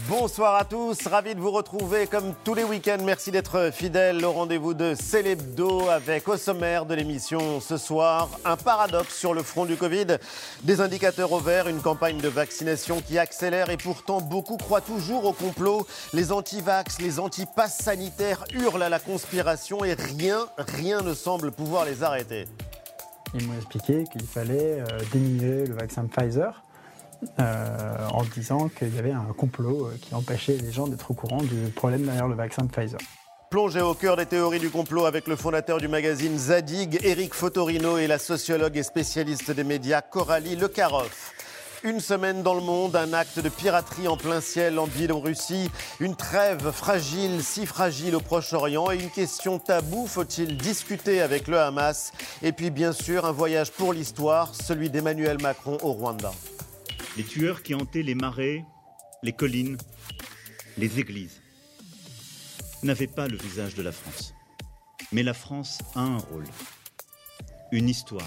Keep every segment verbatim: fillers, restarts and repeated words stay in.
Bonsoir à tous, ravi de vous retrouver comme tous les week-ends. Merci d'être fidèles au rendez-vous de C'est l'Hebdo avec au sommaire de l'émission ce soir un paradoxe sur le front du Covid. Des indicateurs au vert, une campagne de vaccination qui accélère et pourtant beaucoup croient toujours au complot. Les anti-vax, les anti-passes sanitaires hurlent à la conspiration et rien, rien ne semble pouvoir les arrêter. Ils m'ont expliqué qu'il fallait euh, diminuer le vaccin Pfizer. Euh, en disant qu'il y avait un complot qui empêchait les gens d'être au courant du problème derrière le vaccin Pfizer. Plongé au cœur des théories du complot avec le fondateur du magazine Zadig, Éric Fotorino, et la sociologue et spécialiste des médias Coralie Lecaroff. Une semaine dans le monde, un acte de piraterie en plein ciel en Biélorussie, une trêve fragile, si fragile au Proche-Orient et une question taboue, faut-il discuter avec le Hamas? Et puis bien sûr, un voyage pour l'histoire, celui d'Emmanuel Macron au Rwanda. Les tueurs qui hantaient les marais, les collines, les églises n'avaient pas le visage de la France. Mais la France a un rôle, une histoire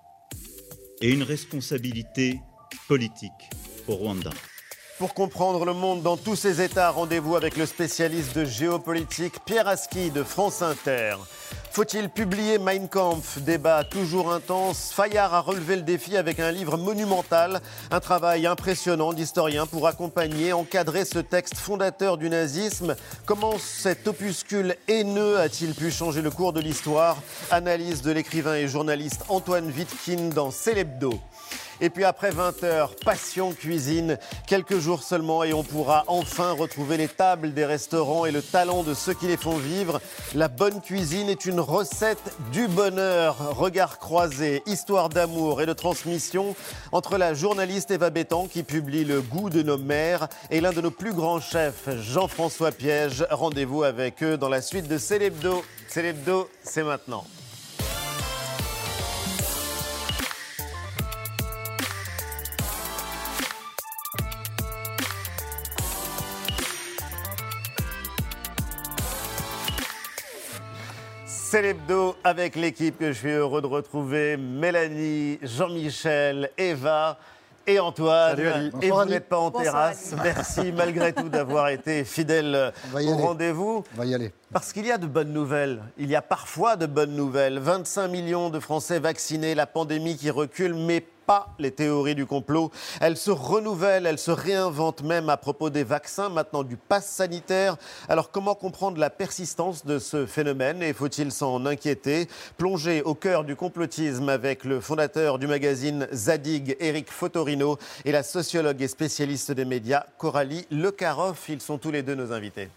et une responsabilité politique au Rwanda. Pour comprendre le monde dans tous ses états, rendez-vous avec le spécialiste de géopolitique Pierre Aski de France Inter. Faut-il publier Mein Kampf? Débat toujours intense. Fayard a relevé le défi avec un livre monumental, un travail impressionnant d'historien pour accompagner, encadrer ce texte fondateur du nazisme. Comment cet opuscule haineux a-t-il pu changer le cours de l'histoire? Analyse de l'écrivain et journaliste Antoine Vitkin dans C'est l'Hebdo. Et puis après vingt heures, Passion Cuisine, quelques jours seulement et on pourra enfin retrouver les tables des restaurants et le talent de ceux qui les font vivre. La bonne cuisine est une recette du bonheur. Regard croisé, histoire d'amour et de transmission entre la journaliste Eva Bétan qui publie Le goût de nos mères et l'un de nos plus grands chefs, Jean-François Piège. Rendez-vous avec eux dans la suite de C'est l'Hebdo. C'est l'Hebdo, c'est maintenant. C'est l'Hebdo avec l'équipe que je suis heureux de retrouver, Mélanie, Jean-Michel, Eva et Antoine. Salut Ali. Et Bonsoir, vous Ali. n'êtes pas en Bonsoir, terrasse. Ali. Merci malgré tout d'avoir été fidèle au aller. rendez-vous. On va y aller. Parce qu'il y a de bonnes nouvelles. Il y a parfois de bonnes nouvelles. vingt-cinq millions de Français vaccinés, la pandémie qui recule, mais pas les théories du complot. Elles se renouvellent, elles se réinventent même à propos des vaccins, maintenant du pass sanitaire. Alors comment comprendre la persistance de ce phénomène et faut-il s'en inquiéter? Plongé au cœur du complotisme avec le fondateur du magazine Zadig, Éric Fotorino, et la sociologue et spécialiste des médias Coralie Lecaroff. Ils sont tous les deux nos invités.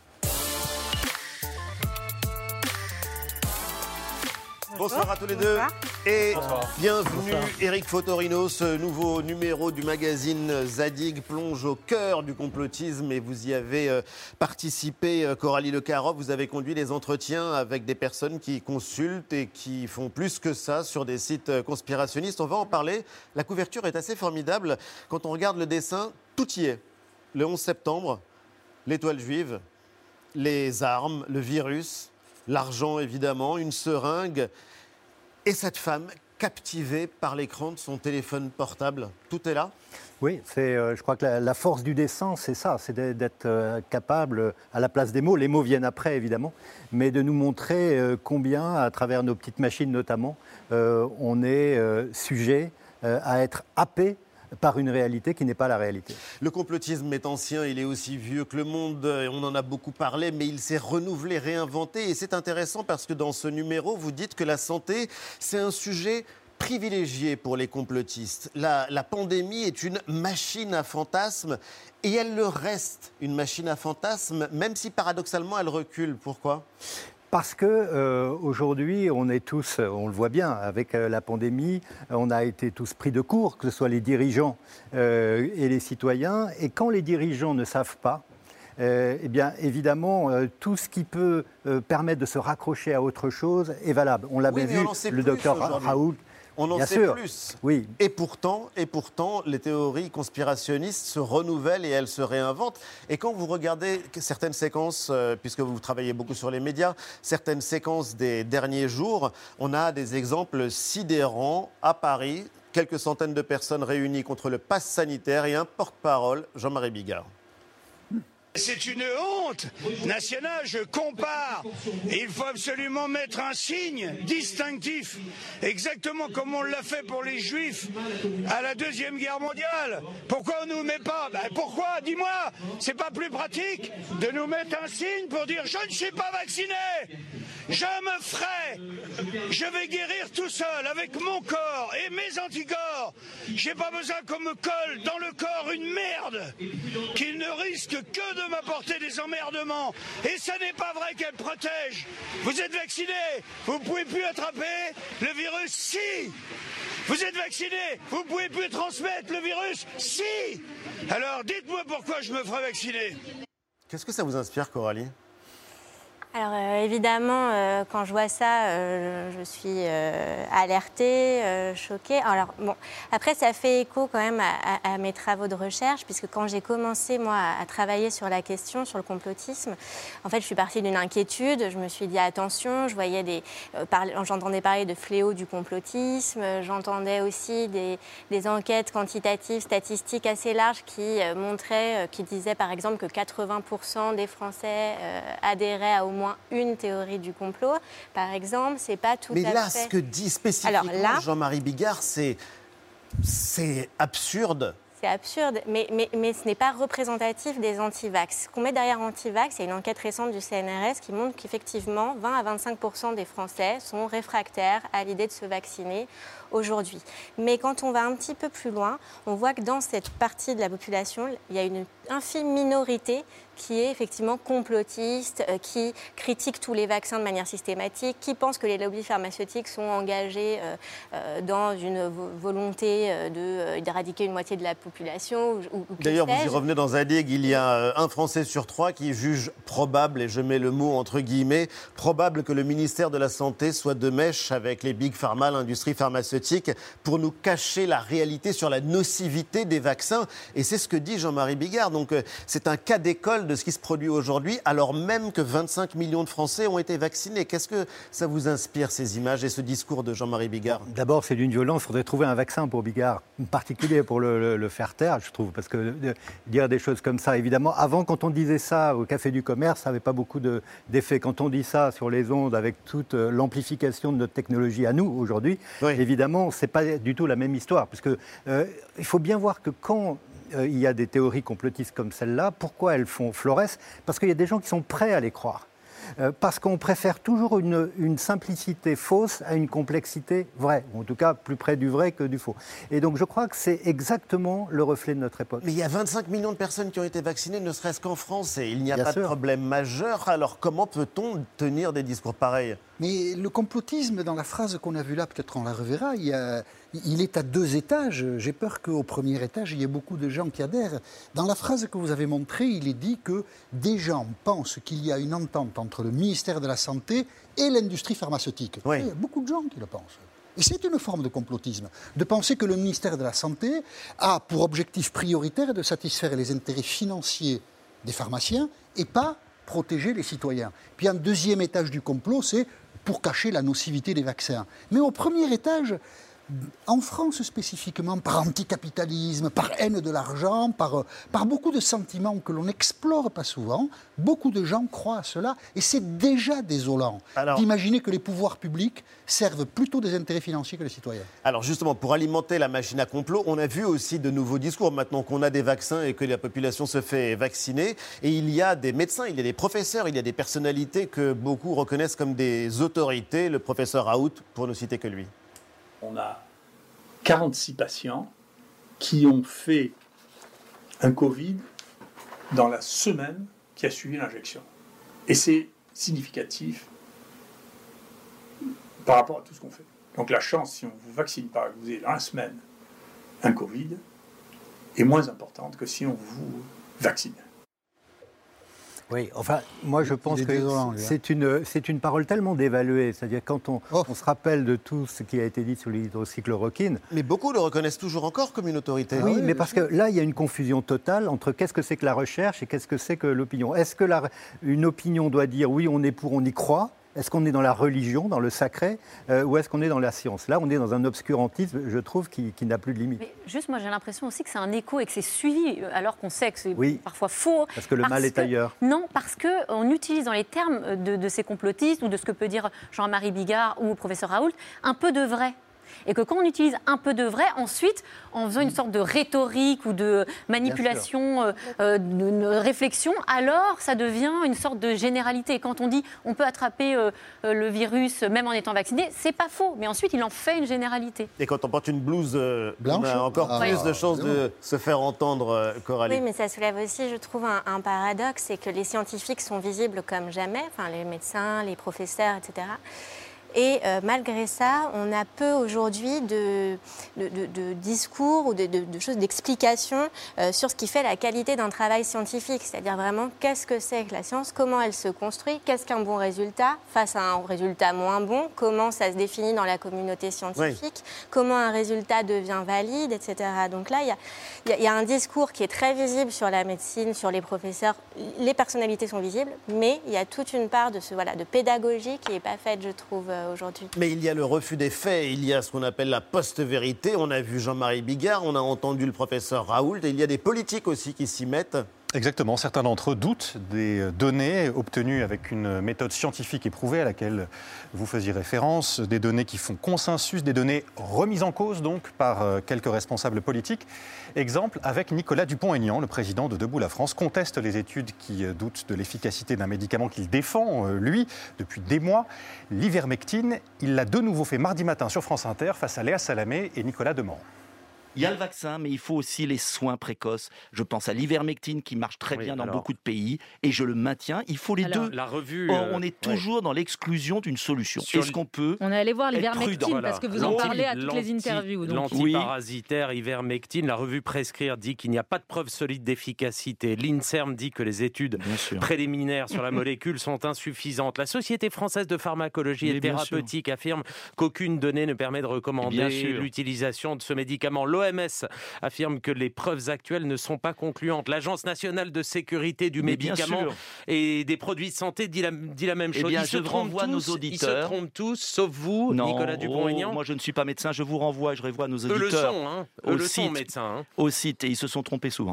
Bonsoir à tous les deux et Bonsoir. Bienvenue Bonsoir. Éric Fotorino. Ce nouveau numéro du magazine Zadig plonge au cœur du complotisme et vous y avez euh, participé, euh, Coralie Lecaroff. Vous avez conduit des entretiens avec des personnes qui consultent et qui font plus que ça sur des sites euh, conspirationnistes. On va en parler. La couverture est assez formidable. Quand on regarde le dessin, tout y est. Le onze septembre, l'étoile juive, les armes, le virus, l'argent évidemment, une seringue. Et cette femme, captivée par l'écran de son téléphone portable, tout est là? Oui, c'est, euh, je crois que la, la force du dessin, c'est ça, c'est d'être euh, capable, à la place des mots, les mots viennent après évidemment, mais de nous montrer euh, combien, à travers nos petites machines notamment, euh, on est euh, sujet euh, à être happé par une réalité qui n'est pas la réalité. Le complotisme est ancien, il est aussi vieux que le monde, on en a beaucoup parlé, mais il s'est renouvelé, réinventé. Et c'est intéressant parce que dans ce numéro, vous dites que la santé, c'est un sujet privilégié pour les complotistes. La, la pandémie est une machine à fantasmes et elle le reste, une machine à fantasmes, même si paradoxalement elle recule. Pourquoi ? Parce que euh, aujourd'hui, on est tous, on le voit bien, avec euh, la pandémie, on a été tous pris de court, que ce soit les dirigeants euh, et les citoyens. Et quand les dirigeants ne savent pas, euh, eh bien évidemment, euh, tout ce qui peut euh, permettre de se raccrocher à autre chose est valable. On l'avait oui, vu, on le docteur Raoult. On en Bien sait sûr. plus. Oui. Et pourtant, et pourtant, les théories conspirationnistes se renouvellent et elles se réinventent. Et quand vous regardez certaines séquences, euh, puisque vous travaillez beaucoup sur les médias, certaines séquences des derniers jours, on a des exemples sidérants à Paris. Quelques centaines de personnes réunies contre le pass sanitaire et un porte-parole, Jean-Marie Bigard. C'est une honte nationale, je compare. Et il faut absolument mettre un signe distinctif, exactement comme on l'a fait pour les Juifs à la Deuxième Guerre mondiale. Pourquoi on ne nous met pas ben Pourquoi Dis-moi, c'est pas plus pratique de nous mettre un signe pour dire « je ne suis pas vacciné ». Je me ferai, je vais guérir tout seul avec mon corps et mes anticorps. J'ai pas besoin qu'on me colle dans le corps une merde qui ne risque que de m'apporter des emmerdements. Et ce n'est pas vrai qu'elle protège. Vous êtes vacciné, vous ne pouvez plus attraper le virus. Si. Vous êtes vacciné, vous ne pouvez plus transmettre le virus. Si. Alors dites-moi pourquoi je me ferai vacciner. Qu'est-ce que ça vous inspire, Coralie ? Alors euh, évidemment, euh, quand je vois ça, euh, je suis euh, alertée, euh, choquée. Alors bon, après ça fait écho quand même à, à, à mes travaux de recherche, puisque quand j'ai commencé moi à, à travailler sur la question, sur le complotisme, en fait je suis partie d'une inquiétude. Je me suis dit attention, je voyais des, euh, parler, j'entendais parler de fléaux du complotisme, j'entendais aussi des, des enquêtes quantitatives, statistiques assez larges qui euh, montraient, euh, qui disaient par exemple que quatre-vingts pour cent des Français euh, adhéraient à au moins une théorie du complot, par exemple, c'est pas tout Mais à là, fait... ce que dit spécifiquement Alors là, Jean-Marie Bigard, c'est, c'est absurde. C'est absurde, mais, mais, mais ce n'est pas représentatif des antivax. Ce qu'on met derrière antivax, il y a une enquête récente du C N R S qui montre qu'effectivement, vingt à vingt-cinq pour cent des Français sont réfractaires à l'idée de se vacciner aujourd'hui. Mais quand on va un petit peu plus loin, on voit que dans cette partie de la population, il y a une infime minorité qui est effectivement complotiste, euh, qui critique tous les vaccins de manière systématique, qui pense que les lobbies pharmaceutiques sont engagés euh, euh, dans une vo- volonté euh, de, euh, d'éradiquer une moitié de la population. Ou, ou D'ailleurs, vous y sais-je. revenez dans Zadig, il y a euh, un Français sur trois qui juge probable, et je mets le mot entre guillemets, probable que le ministère de la Santé soit de mèche avec les big pharma, l'industrie pharmaceutique, pour nous cacher la réalité sur la nocivité des vaccins. Et c'est ce que dit Jean-Marie Bigard. Donc euh, c'est un cas d'école de ce qui se produit aujourd'hui, alors même que vingt-cinq millions de Français ont été vaccinés. Qu'est-ce que ça vous inspire, ces images et ce discours de Jean-Marie Bigard ? D'abord, c'est d'une violence. Il faudrait trouver un vaccin pour Bigard, en particulier pour le, le, le faire taire, je trouve. Parce que de, dire des choses comme ça, évidemment, avant, quand on disait ça au Café du Commerce, ça n'avait pas beaucoup de, d'effet. Quand on dit ça sur les ondes, avec toute l'amplification de notre technologie à nous, aujourd'hui, oui. Évidemment, ce n'est pas du tout la même histoire. Parce que euh, il faut bien voir que quand... Euh, il y a des théories complotistes comme celle-là. Pourquoi elles font florès ? Parce qu'il y a des gens qui sont prêts à les croire. Euh, parce qu'on préfère toujours une, une simplicité fausse à une complexité vraie, ou en tout cas plus près du vrai que du faux. Et donc je crois que c'est exactement le reflet de notre époque. Mais il y a vingt-cinq millions de personnes qui ont été vaccinées, ne serait-ce qu'en France, et il n'y a Bien pas sûr. de problème majeur. Alors comment peut-on tenir des discours pareils ? Mais le complotisme, dans la phrase qu'on a vue là, peut-être on la reverra, il, y a, il est à deux étages. J'ai peur qu'au premier étage, il y ait beaucoup de gens qui adhèrent. Dans la phrase que vous avez montrée, il est dit que des gens pensent qu'il y a une entente entre le ministère de la Santé et l'industrie pharmaceutique. Oui. Il y a beaucoup de gens qui le pensent. Et c'est une forme de complotisme, de penser que le ministère de la Santé a pour objectif prioritaire de satisfaire les intérêts financiers des pharmaciens et pas protéger les citoyens. Puis un deuxième étage du complot, c'est pour cacher la nocivité des vaccins. Mais au premier étage, en France spécifiquement, par anticapitalisme, par haine de l'argent, par, par beaucoup de sentiments que l'on n'explore pas souvent, beaucoup de gens croient à cela. Et c'est déjà désolant alors, d'imaginer que les pouvoirs publics servent plutôt des intérêts financiers que les citoyens. Alors justement, pour alimenter la machine à complot, on a vu aussi de nouveaux discours maintenant qu'on a des vaccins et que la population se fait vacciner. Et il y a des médecins, il y a des professeurs, il y a des personnalités que beaucoup reconnaissent comme des autorités. Le professeur Raoult, pour ne citer que lui. On a quarante-six patients qui ont fait un Covid dans la semaine qui a suivi l'injection. Et c'est significatif par rapport à tout ce qu'on fait. Donc la chance, si on vous vaccine pas et que vous avez dans la semaine un Covid, est moins importante que si on vous vaccine. Oui, enfin, moi je pense que désolant, c'est une, c'est une parole tellement dévaluée. C'est-à-dire quand on, oh. on se rappelle de tout ce qui a été dit sur l'hydroxychloroquine. Mais beaucoup le reconnaissent toujours encore comme une autorité. Oui, oui mais parce que là, il y a une confusion totale entre qu'est-ce que c'est que la recherche et qu'est-ce que c'est que l'opinion. Est-ce que la, une opinion doit dire oui, on est pour, on y croit ? Est-ce qu'on est dans la religion, dans le sacré, euh, ou est-ce qu'on est dans la science? Là, on est dans un obscurantisme, je trouve, qui, qui n'a plus de limite. Mais juste, moi, j'ai l'impression aussi que c'est un écho et que c'est suivi, alors qu'on sait que c'est oui, parfois faux. Parce que le parce mal est que, ailleurs. Non, parce qu'on utilise dans les termes de, de ces complotistes ou de ce que peut dire Jean-Marie Bigard ou le professeur Raoult, un peu de vrai. Et que quand on utilise un peu de vrai, ensuite, en faisant une sorte de rhétorique ou de manipulation, euh, euh, de, de réflexion, alors ça devient une sorte de généralité. Et quand on dit on peut attraper euh, le virus même en étant vacciné, c'est pas faux. Mais ensuite, il en fait une généralité. Et quand on porte une blouse euh, blanche, on a encore ah, plus ah, de chances de se faire entendre, euh, Coralie. Oui, mais ça soulève aussi, je trouve, un, un paradoxe, c'est que les scientifiques sont visibles comme jamais, enfin les médecins, les professeurs, et cetera. Et euh, malgré ça, on a peu aujourd'hui de, de, de, de discours ou de, de, de choses, d'explications euh, sur ce qui fait la qualité d'un travail scientifique. C'est-à-dire vraiment qu'est-ce que c'est que la science, comment elle se construit, qu'est-ce qu'un bon résultat face à un résultat moins bon, comment ça se définit dans la communauté scientifique, oui. comment un résultat devient valide, et cetera. Donc là, il y a, y, y a un discours qui est très visible sur la médecine, sur les professeurs. Les personnalités sont visibles, mais il y a toute une part de, ce, voilà, de pédagogie qui n'est pas faite, je trouve, aujourd'hui. Mais il y a le refus des faits, il y a ce qu'on appelle la post-vérité. On a vu Jean-Marie Bigard, on a entendu le professeur Raoult, et il y a des politiques aussi qui s'y mettent. Exactement, certains d'entre eux doutent des données obtenues avec une méthode scientifique éprouvée à laquelle vous faisiez référence, des données qui font consensus, des données remises en cause donc par quelques responsables politiques. Exemple avec Nicolas Dupont-Aignan, le président de Debout la France, conteste les études qui doutent de l'efficacité d'un médicament qu'il défend, lui, depuis des mois, l'ivermectine. Il l'a de nouveau fait mardi matin sur France Inter face à Léa Salamé et Nicolas Demorand. Il y a le vaccin, mais il faut aussi les soins précoces. Je pense à l'ivermectine qui marche très oui, bien dans alors... beaucoup de pays et je le maintiens. Il faut les alors, deux. La revue, Or, on est euh, toujours ouais. dans l'exclusion d'une solution. Sur Est-ce qu'on peut On est allé voir l'ivermectine voilà. parce que vous en parlez à toutes les interviews. Donc. L'antiparasitaire ivermectine, la revue Prescrire dit qu'il n'y a pas de preuve solide d'efficacité. L'INSERM dit que les études préliminaires sur la molécule sont insuffisantes. La Société française de pharmacologie mais et thérapeutique affirme qu'aucune donnée ne permet de recommander l'utilisation de ce médicament. L'O M S affirme que les preuves actuelles ne sont pas concluantes. L'Agence nationale de sécurité du Mais médicament et des produits de santé dit la, dit la même chose. Eh bien, ils je se renvoie tous, nos auditeurs. Ils se trompent tous, sauf vous, non, Nicolas Dupont-Aignan. Oh, moi, je ne suis pas médecin. Je vous renvoie, je renvoie nos auditeurs. Eux le sont, hein. Eux au le site, sont médecins. Hein. Au site, et ils se sont trompés souvent.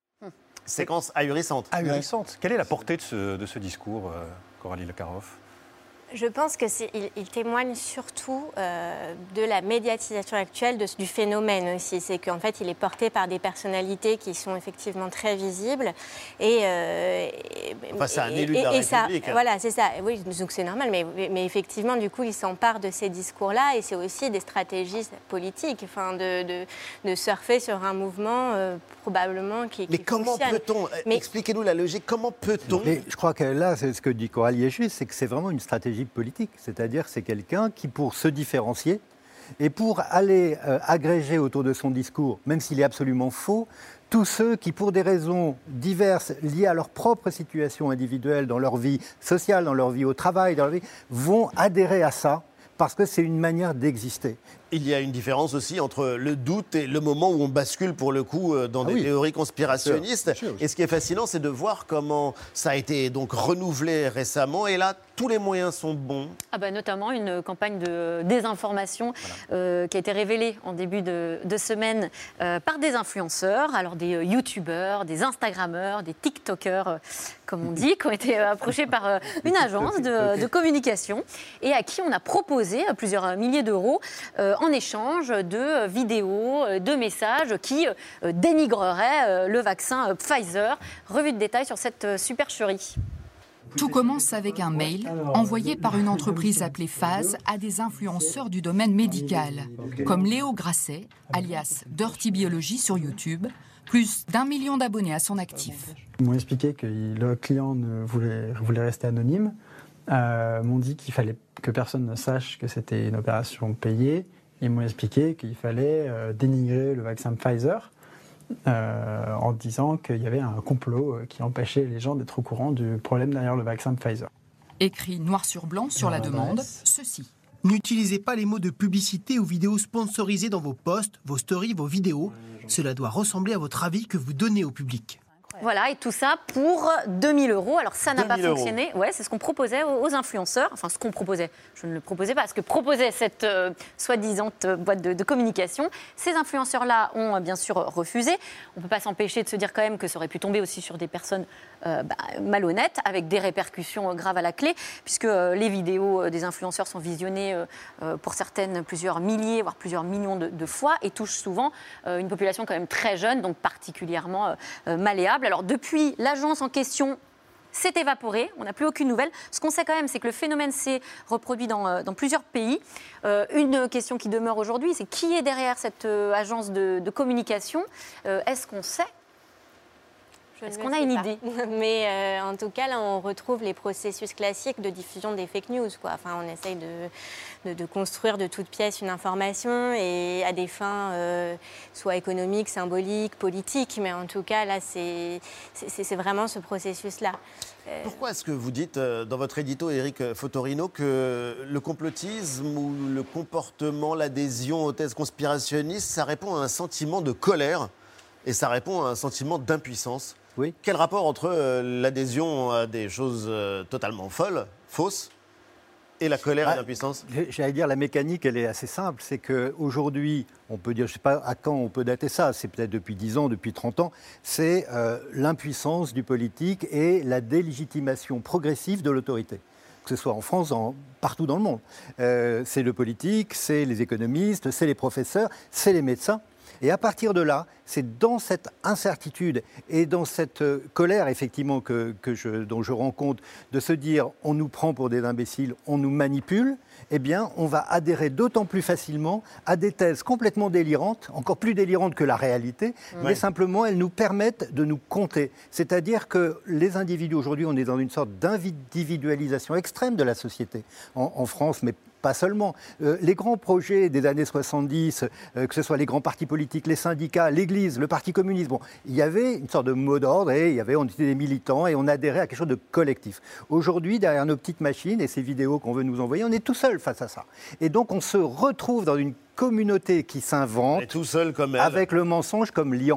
Séquence ahurissante. Ahurissante. Quelle est la portée de ce, de ce discours, euh, Coralie Lecaroff ? Je pense qu'il il témoigne surtout euh, de la médiatisation actuelle de, du phénomène aussi. C'est qu'en fait, il est porté par des personnalités qui sont effectivement très visibles. Et, euh, enfin, c'est un et, élu de la et République. Ça, voilà, c'est ça. Oui, donc c'est normal. Mais, mais effectivement, du coup, il s'empare de ces discours-là. Et c'est aussi des stratégies politiques, enfin, de, de, de surfer sur un mouvement euh, probablement qui, mais qui comment fonctionne. peut-on mais... Expliquez-nous la logique. Comment peut-on mais Je crois que là, c'est ce que dit Coralie est juste, c'est que c'est vraiment une stratégie politique, c'est-à-dire c'est quelqu'un qui, pour se différencier et pour aller euh, agréger autour de son discours, même s'il est absolument faux, tous ceux qui, pour des raisons diverses liées à leur propre situation individuelle, dans leur vie sociale, dans leur vie au travail, dans leur vie, vont adhérer à ça parce que c'est une manière d'exister. Il y a une différence aussi entre le doute et le moment où on bascule pour le coup dans ah des oui. théories conspirationnistes. Bien sûr, bien sûr. Et ce qui est fascinant, c'est de voir comment ça a été donc renouvelé récemment. Et là, tous les moyens sont bons. Ah bah notamment une campagne de désinformation voilà. euh, qui a été révélée en début de, de semaine euh, par des influenceurs, alors des euh, youtubeurs, des instagrammeurs, des tiktokers, euh, comme on dit, qui ont été euh, approchés par euh, une agence de, de communication et à qui on a proposé plusieurs milliers d'euros euh, en échange de vidéos, de messages qui euh, dénigreraient euh, le vaccin euh, Pfizer. Revue de détails sur cette supercherie. Tout commence avec un mail envoyé par une entreprise appelée Phase à des influenceurs du domaine médical, comme Léo Grasset, alias Dirty Biology sur YouTube, plus d'un million d'abonnés à son actif. Ils m'ont expliqué que le client ne voulait, voulait rester anonyme, euh, m'ont dit qu'il fallait que personne ne sache que c'était une opération payée. Ils m'ont expliqué qu'il fallait euh, dénigrer le vaccin Pfizer. Euh, en disant qu'il y avait un complot qui empêchait les gens d'être au courant du problème derrière le vaccin Pfizer. Écrit noir sur blanc sur la demande, ceci. N'utilisez pas les mots de publicité ou vidéos sponsorisées dans vos posts, vos stories, vos vidéos. Cela doit ressembler à votre avis que vous donnez au public. Voilà, et tout ça pour deux mille euros. Alors ça n'a pas fonctionné. Ouais, c'est ce qu'on proposait aux influenceurs. Enfin, ce qu'on proposait. Je ne le proposais pas. Ce que proposait cette euh, soi-disant boîte de, de communication. Ces influenceurs-là ont euh, bien sûr refusé. On ne peut pas s'empêcher de se dire quand même que ça aurait pu tomber aussi sur des personnes euh, bah, malhonnêtes, avec des répercussions euh, graves à la clé, puisque euh, les vidéos euh, des influenceurs sont visionnées euh, euh, pour certaines plusieurs milliers, voire plusieurs millions de, de fois, et touchent souvent euh, une population quand même très jeune, donc particulièrement euh, euh, malléable. Alors depuis, l'agence en question s'est évaporée, on n'a plus aucune nouvelle. Ce qu'on sait quand même, c'est que le phénomène s'est reproduit dans, euh, dans plusieurs pays. Euh, une question qui demeure aujourd'hui, c'est qui est derrière cette euh, agence de, de communication euh, Est-ce qu'on sait Est-ce qu'on a une idée? Mais euh, en tout cas, là, on retrouve les processus classiques de diffusion des fake news, quoi. Enfin, on essaye de, de, de construire de toutes pièces une information et à des fins euh, soit économiques, symboliques, politiques. Mais en tout cas, là, c'est, c'est, c'est vraiment ce processus-là. Euh... Pourquoi est-ce que vous dites euh, dans votre édito, Éric Fotorino, que le complotisme ou le comportement, l'adhésion aux thèses conspirationnistes, ça répond à un sentiment de colère et ça répond à un sentiment d'impuissance? Oui. Quel rapport entre euh, l'adhésion à des choses euh, totalement folles, fausses, et la colère ah, et l'impuissance? J'allais dire, la mécanique, elle est assez simple. C'est qu'aujourd'hui, on peut dire, je ne sais pas à quand on peut dater ça, c'est peut-être depuis dix ans, depuis trente ans, c'est euh, l'impuissance du politique et la délégitimation progressive de l'autorité. Que ce soit en France, en, partout dans le monde. Euh, c'est le politique, c'est les économistes, c'est les professeurs, c'est les médecins. Et à partir de là, c'est dans cette incertitude et dans cette colère, effectivement, que, que je, dont je rends compte, de se dire on nous prend pour des imbéciles, on nous manipule, eh bien, on va adhérer d'autant plus facilement à des thèses complètement délirantes, encore plus délirantes que la réalité, ouais. mais simplement, elles nous permettent de nous compter. C'est-à-dire que les individus, aujourd'hui, on est dans une sorte d'individualisation extrême de la société, en, en France, mais pas seulement. Euh, les grands projets des années soixante-dix, euh, que ce soit les grands partis politiques, les syndicats, l'Église, le Parti communiste, bon, il y avait une sorte de mot d'ordre et il y avait, on était des militants et on adhérait à quelque chose de collectif. Aujourd'hui, derrière nos petites machines et ces vidéos qu'on veut nous envoyer, on est tout seul face à ça. Et donc, on se retrouve dans une communauté qui s'invente, tout seul comme elle, avec le mensonge comme liant.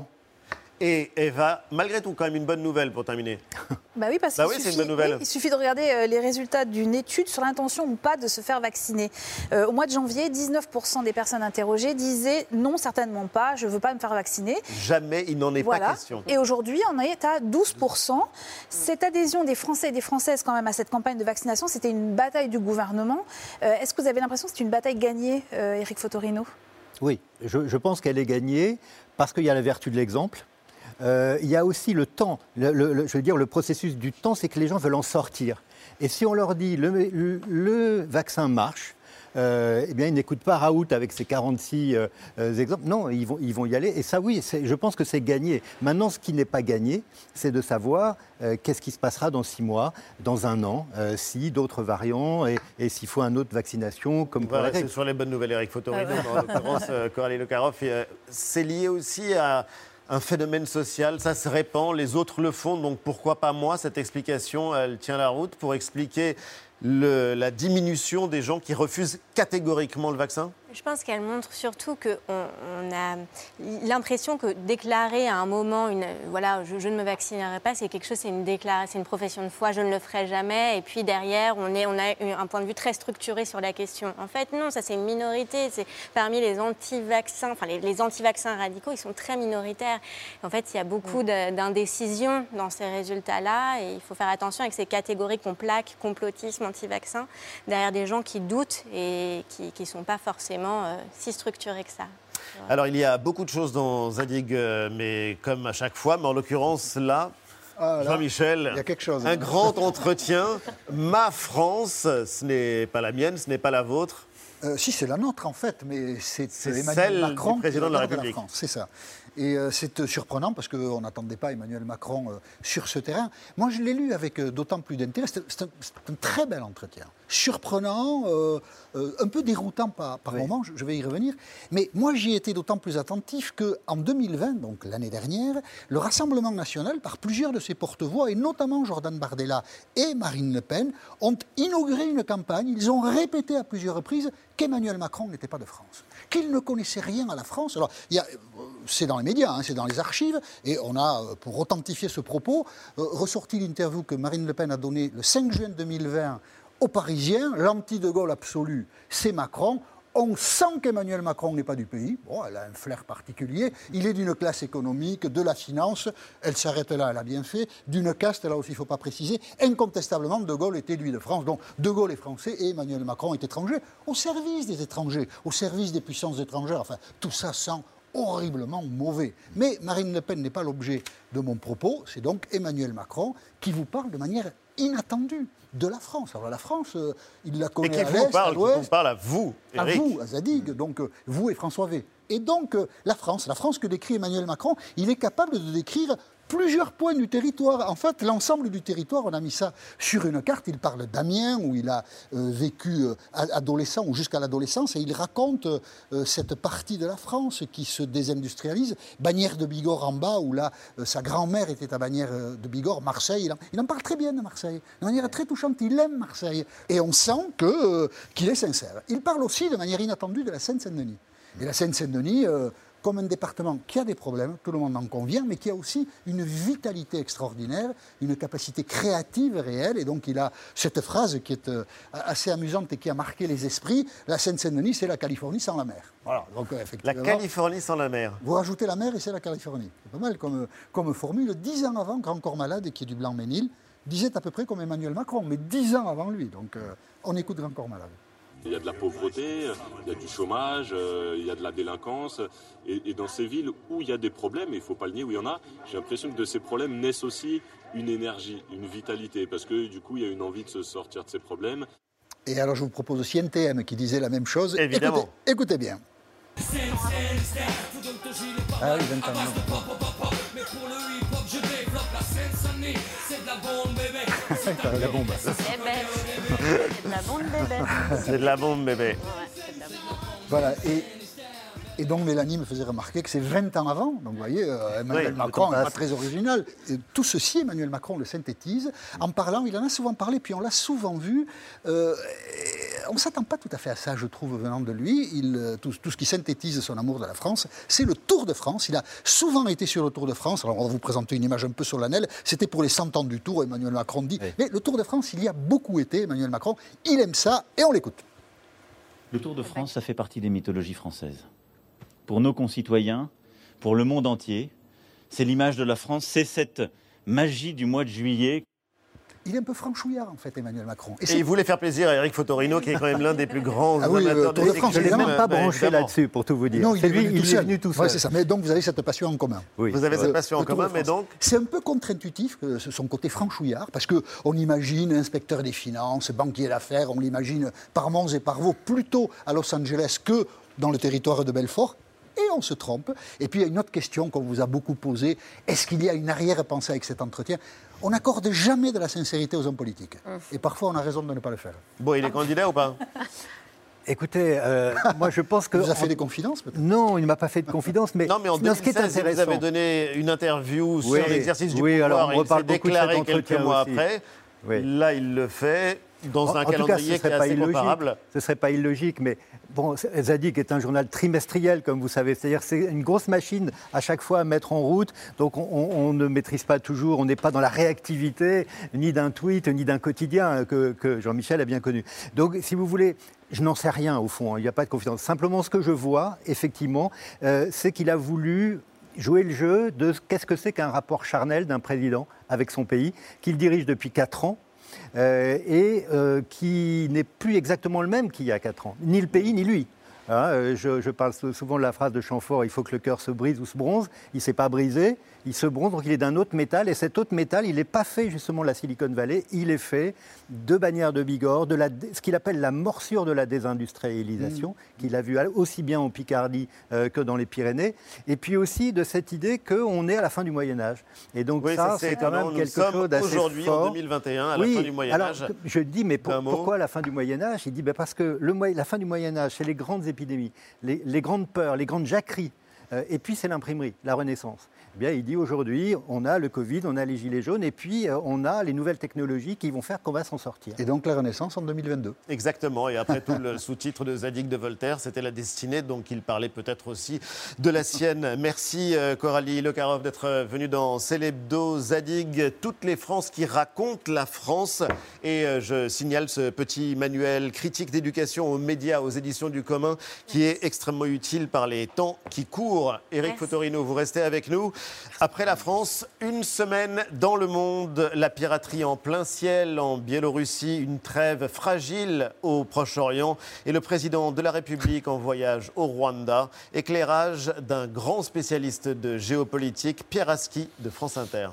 Et Eva, malgré tout, quand même une bonne nouvelle pour terminer. Bah oui, parce bah qu'il oui, suffit, c'est une bonne nouvelle. Oui, il suffit de regarder euh, les résultats d'une étude sur l'intention ou pas de se faire vacciner. Euh, au mois de janvier, dix-neuf pour cent des personnes interrogées disaient non, certainement pas, je ne veux pas me faire vacciner. Jamais il n'en est voilà. pas question. Et aujourd'hui, on est à douze pour cent. Cette adhésion des Français et des Françaises quand même à cette campagne de vaccination, c'était une bataille du gouvernement. Euh, est-ce que vous avez l'impression que c'est une bataille gagnée, euh, Éric Fotorino? Oui, je, je pense qu'elle est gagnée parce qu'il y a la vertu de l'exemple. Euh, il y a aussi le temps, le, le, je veux dire le processus du temps, c'est que les gens veulent en sortir. Et si on leur dit le, le, le vaccin marche, euh, eh bien ils n'écoutent pas Raoult avec ses quarante-six euh, exemples. Non, ils vont, ils vont y aller. Et ça, oui, je pense que c'est gagné. Maintenant, ce qui n'est pas gagné, c'est de savoir euh, qu'est-ce qui se passera dans six mois, dans un an, euh, si d'autres variants et, et s'il faut une autre vaccination. Comme voilà, c'est sur les bonnes nouvelles, Éric Fotorino, ah ouais. en l'occurrence euh, Coralie Lecaroff. Euh, c'est lié aussi à un phénomène social, ça se répand, les autres le font, donc pourquoi pas moi? Cette explication, elle tient la route pour expliquer le, la diminution des gens qui refusent catégoriquement le vaccin? Je pense qu'elle montre surtout qu'on on a l'impression que déclarer à un moment, une, voilà, je, je ne me vaccinerai pas, c'est quelque chose, c'est une déclaration, c'est une profession de foi, je ne le ferai jamais. Et puis derrière, on, est, on a un point de vue très structuré sur la question. En fait, non, ça c'est une minorité. C'est parmi les anti-vaccins, enfin les, les anti-vaccins radicaux, ils sont très minoritaires. En fait, il y a beaucoup de, d'indécision dans ces résultats-là, et il faut faire attention avec ces catégories qu'on plaque, complotisme, anti-vaccin, derrière des gens qui doutent et qui ne sont pas forcément Euh, si structuré que ça. Voilà. Alors, il y a beaucoup de choses dans Zadig, euh, mais comme à chaque fois, mais en l'occurrence, là, ah, là Jean-Michel, il y a quelque chose, un hein. grand entretien. Ma France, ce n'est pas la mienne, ce n'est pas la vôtre. Euh, si, c'est la nôtre, en fait, mais c'est, c'est Emmanuel celle Macron du président de la République. De la France, c'est ça. Et euh, c'est surprenant parce qu'on n'attendait pas Emmanuel Macron euh, sur ce terrain. Moi, je l'ai lu avec euh, d'autant plus d'intérêt. C'est, c'est, un, c'est un très bel entretien. Surprenant, euh, euh, un peu déroutant par, par oui. moments, je, je vais y revenir. Mais moi, j'y étais d'autant plus attentif qu'en deux mille vingt, donc l'année dernière, le Rassemblement national, par plusieurs de ses porte-voix, et notamment Jordan Bardella et Marine Le Pen, ont inauguré une campagne. Ils ont répété à plusieurs reprises qu'Emmanuel Macron n'était pas de France, qu'il ne connaissait rien à la France. Alors, il y a, c'est dans les médias, hein, c'est dans les archives, et on a, pour authentifier ce propos, euh, ressorti l'interview que Marine Le Pen a donnée le cinq juin deux mille vingt aux Parisiens. L'anti-de Gaulle absolu, c'est Macron. On sent qu'Emmanuel Macron n'est pas du pays. Bon, elle a un flair particulier. Il est d'une classe économique, de la finance. Elle s'arrête là, elle a bien fait. D'une caste, là aussi, il ne faut pas préciser. Incontestablement, De Gaulle était lui de France. Donc, De Gaulle est français et Emmanuel Macron est étranger, au service des étrangers, au service des puissances étrangères. Enfin, tout ça sent horriblement mauvais. Mais Marine Le Pen n'est pas l'objet de mon propos. C'est donc Emmanuel Macron qui vous parle de manière inattendue de la France. Alors la France, euh, il la connaît et qui à vous l'est, parle, à l'ouest. qui vous parle à vous, Éric. À vous, à Zadig, donc euh, vous et François V. Et donc euh, la France, la France que décrit Emmanuel Macron, il est capable de décrire plusieurs points du territoire. En fait, l'ensemble du territoire, on a mis ça sur une carte. Il parle d'Amiens, où il a euh, vécu euh, adolescent ou jusqu'à l'adolescence, et il raconte euh, cette partie de la France qui se désindustrialise. Bagnères de Bigorre en bas, où là, euh, sa grand-mère était à Bagnères de Bigorre, Marseille. Il en, il en parle très bien de Marseille, de manière très touchante. Il aime Marseille. Et on sent que, euh, qu'il est sincère. Il parle aussi de manière inattendue de la Seine-Saint-Denis. Et la Seine-Saint-Denis... Euh, comme un département qui a des problèmes, tout le monde en convient, mais qui a aussi une vitalité extraordinaire, une capacité créative réelle. Et donc il a cette phrase qui est euh, assez amusante et qui a marqué les esprits. La Seine-Saint-Denis, c'est la Californie sans la mer. Voilà, donc, euh, la Californie sans la mer. Vous rajoutez la mer et c'est la Californie. C'est pas mal comme, comme formule. Dix ans avant, Grand Corps Malade, qui est du Blanc-Ménil, disait à peu près comme Emmanuel Macron, mais dix ans avant lui. Donc euh, on écoute Grand Corps Malade. Il y a de la pauvreté, il y a du chômage, euh, il y a de la délinquance. Et, et dans ces villes où il y a des problèmes, et il ne faut pas le nier, où il y en a, j'ai l'impression que de ces problèmes naissent aussi une énergie, une vitalité. Parce que du coup, il y a une envie de se sortir de ces problèmes. Et alors, je vous propose aussi N T M qui disait la même chose. Évidemment. Écoutez, écoutez bien. Ah oui, vingt ans. C'est la bombe. C'est de la bombe bébé. C'est de la bombe bébé. Ouais, c'est de la bombe. Voilà, et, et donc Mélanie me faisait remarquer que c'est vingt ans avant. Donc vous voyez, euh, Emmanuel oui, Macron n'est pas très original. Et tout ceci, Emmanuel Macron le synthétise en parlant, il en a souvent parlé, puis on l'a souvent vu. Euh, on ne s'attend pas tout à fait à ça, je trouve, venant de lui. Il, tout, tout ce qui synthétise son amour de la France, c'est le Tour de France. Il a souvent été sur le Tour de France. Alors on va vous présenter une image un peu solennelle. C'était pour les cent ans du Tour, Emmanuel Macron dit. Oui. Mais le Tour de France, il y a beaucoup été, Emmanuel Macron. Il aime ça, et on l'écoute. Le Tour de France, ça fait partie des mythologies françaises. Pour nos concitoyens, pour le monde entier, c'est l'image de la France, c'est cette magie du mois de juillet. Il est un peu franchouillard, en fait, Emmanuel Macron. Et, et il voulait faire plaisir à Éric Fotorino, qui est quand même l'un des plus grands ah oui, amateurs de Tour de France. Je ne l'ai même pas branché bah, là-dessus, pour tout vous dire. Non, il est, lui, venu, il tout est venu tout seul. Ouais, c'est ça. Mais donc, vous avez cette passion en commun. Oui. Vous avez cette passion en commun, mais donc... C'est un peu contre-intuitif, son côté franchouillard, parce qu'on imagine inspecteur des finances, banquier d'affaires, on l'imagine par Mons et par Vaux, plutôt à Los Angeles que dans le territoire de Belfort. Et on se trompe. Et puis, il y a une autre question qu'on vous a beaucoup posée. Est-ce qu'il y a une arrière-pensée avec cet entretien ? On n'accorde jamais de la sincérité aux hommes politiques. Et parfois, on a raison de ne pas le faire. Bon, il est candidat ou pas ? Écoutez, euh, moi je pense que... Il vous a fait des confidences peut-être ? Non, il ne m'a pas fait de confidences, mais... Non, mais en deux mille seize, vous avez donné une interview sur oui, l'exercice du oui, pouvoir. Alors on il s'est déclaré quelques mois aussi. après. Oui. Là, il le fait dans en, un en calendrier cas, qui est assez comparable. Ce ne serait pas illogique, mais bon, Zadig est un journal trimestriel, comme vous savez. C'est-à-dire c'est une grosse machine à chaque fois à mettre en route. Donc on, on ne maîtrise pas toujours, on n'est pas dans la réactivité, ni d'un tweet, ni d'un quotidien que, que Jean-Michel a bien connu. Donc si vous voulez... Je n'en sais rien au fond, il n'y a pas de confidence. Simplement, ce que je vois, effectivement, euh, c'est qu'il a voulu jouer le jeu de qu'est-ce que c'est qu'un rapport charnel d'un président avec son pays, qu'il dirige depuis quatre ans, euh, et euh, qui n'est plus exactement le même qu'il y a quatre ans, ni le pays, ni lui. Hein, je, je parle souvent de la phrase de Chamfort, il faut que le cœur se brise ou se bronze. Il ne s'est pas brisé, il se bronze, donc il est d'un autre métal. Et cet autre métal, il n'est pas fait justement de la Silicon Valley, il est fait de Bagnères de Bigorre, de la, ce qu'il appelle la morsure de la désindustrialisation, mmh. qu'il a vu aussi bien en Picardie euh, que dans les Pyrénées. Et puis aussi de cette idée qu'on est à la fin du Moyen-Âge. Et donc oui, ça, ça c'est c'est quand même nous quelque sommes chose d'assez aujourd'hui, fort. En deux mille vingt et un, à oui, la fin du Moyen-Âge. Alors, je dis, mais pour, pourquoi la fin du Moyen-Âge ? Il dit, ben parce que le, la fin du Moyen-Âge, c'est les grandes épidémies, les, les grandes peurs, les grandes jacqueries. Euh, et puis c'est l'imprimerie, la Renaissance. Eh bien, il dit aujourd'hui, on a le Covid, on a les gilets jaunes, et puis euh, on a les nouvelles technologies qui vont faire qu'on va s'en sortir. Et donc la Renaissance en deux mille vingt-deux. Exactement, et après tout, le sous-titre de Zadig de Voltaire, c'était la destinée, donc il parlait peut-être aussi de la sienne. Merci euh, Coralie Lecaroff d'être venue dans C'est l'Hebdo. Zadig, toutes les France qui racontent la France. Et euh, je signale ce petit manuel critique d'éducation aux médias, aux éditions du commun, qui est extrêmement utile par les temps qui courent. Éric Fotorino, vous restez avec nous. Après la France, une semaine dans le monde, la piraterie en plein ciel en Biélorussie, une trêve fragile au Proche-Orient et le président de la République en voyage au Rwanda. Éclairage d'un grand spécialiste de géopolitique, Pierre Aski de France Inter.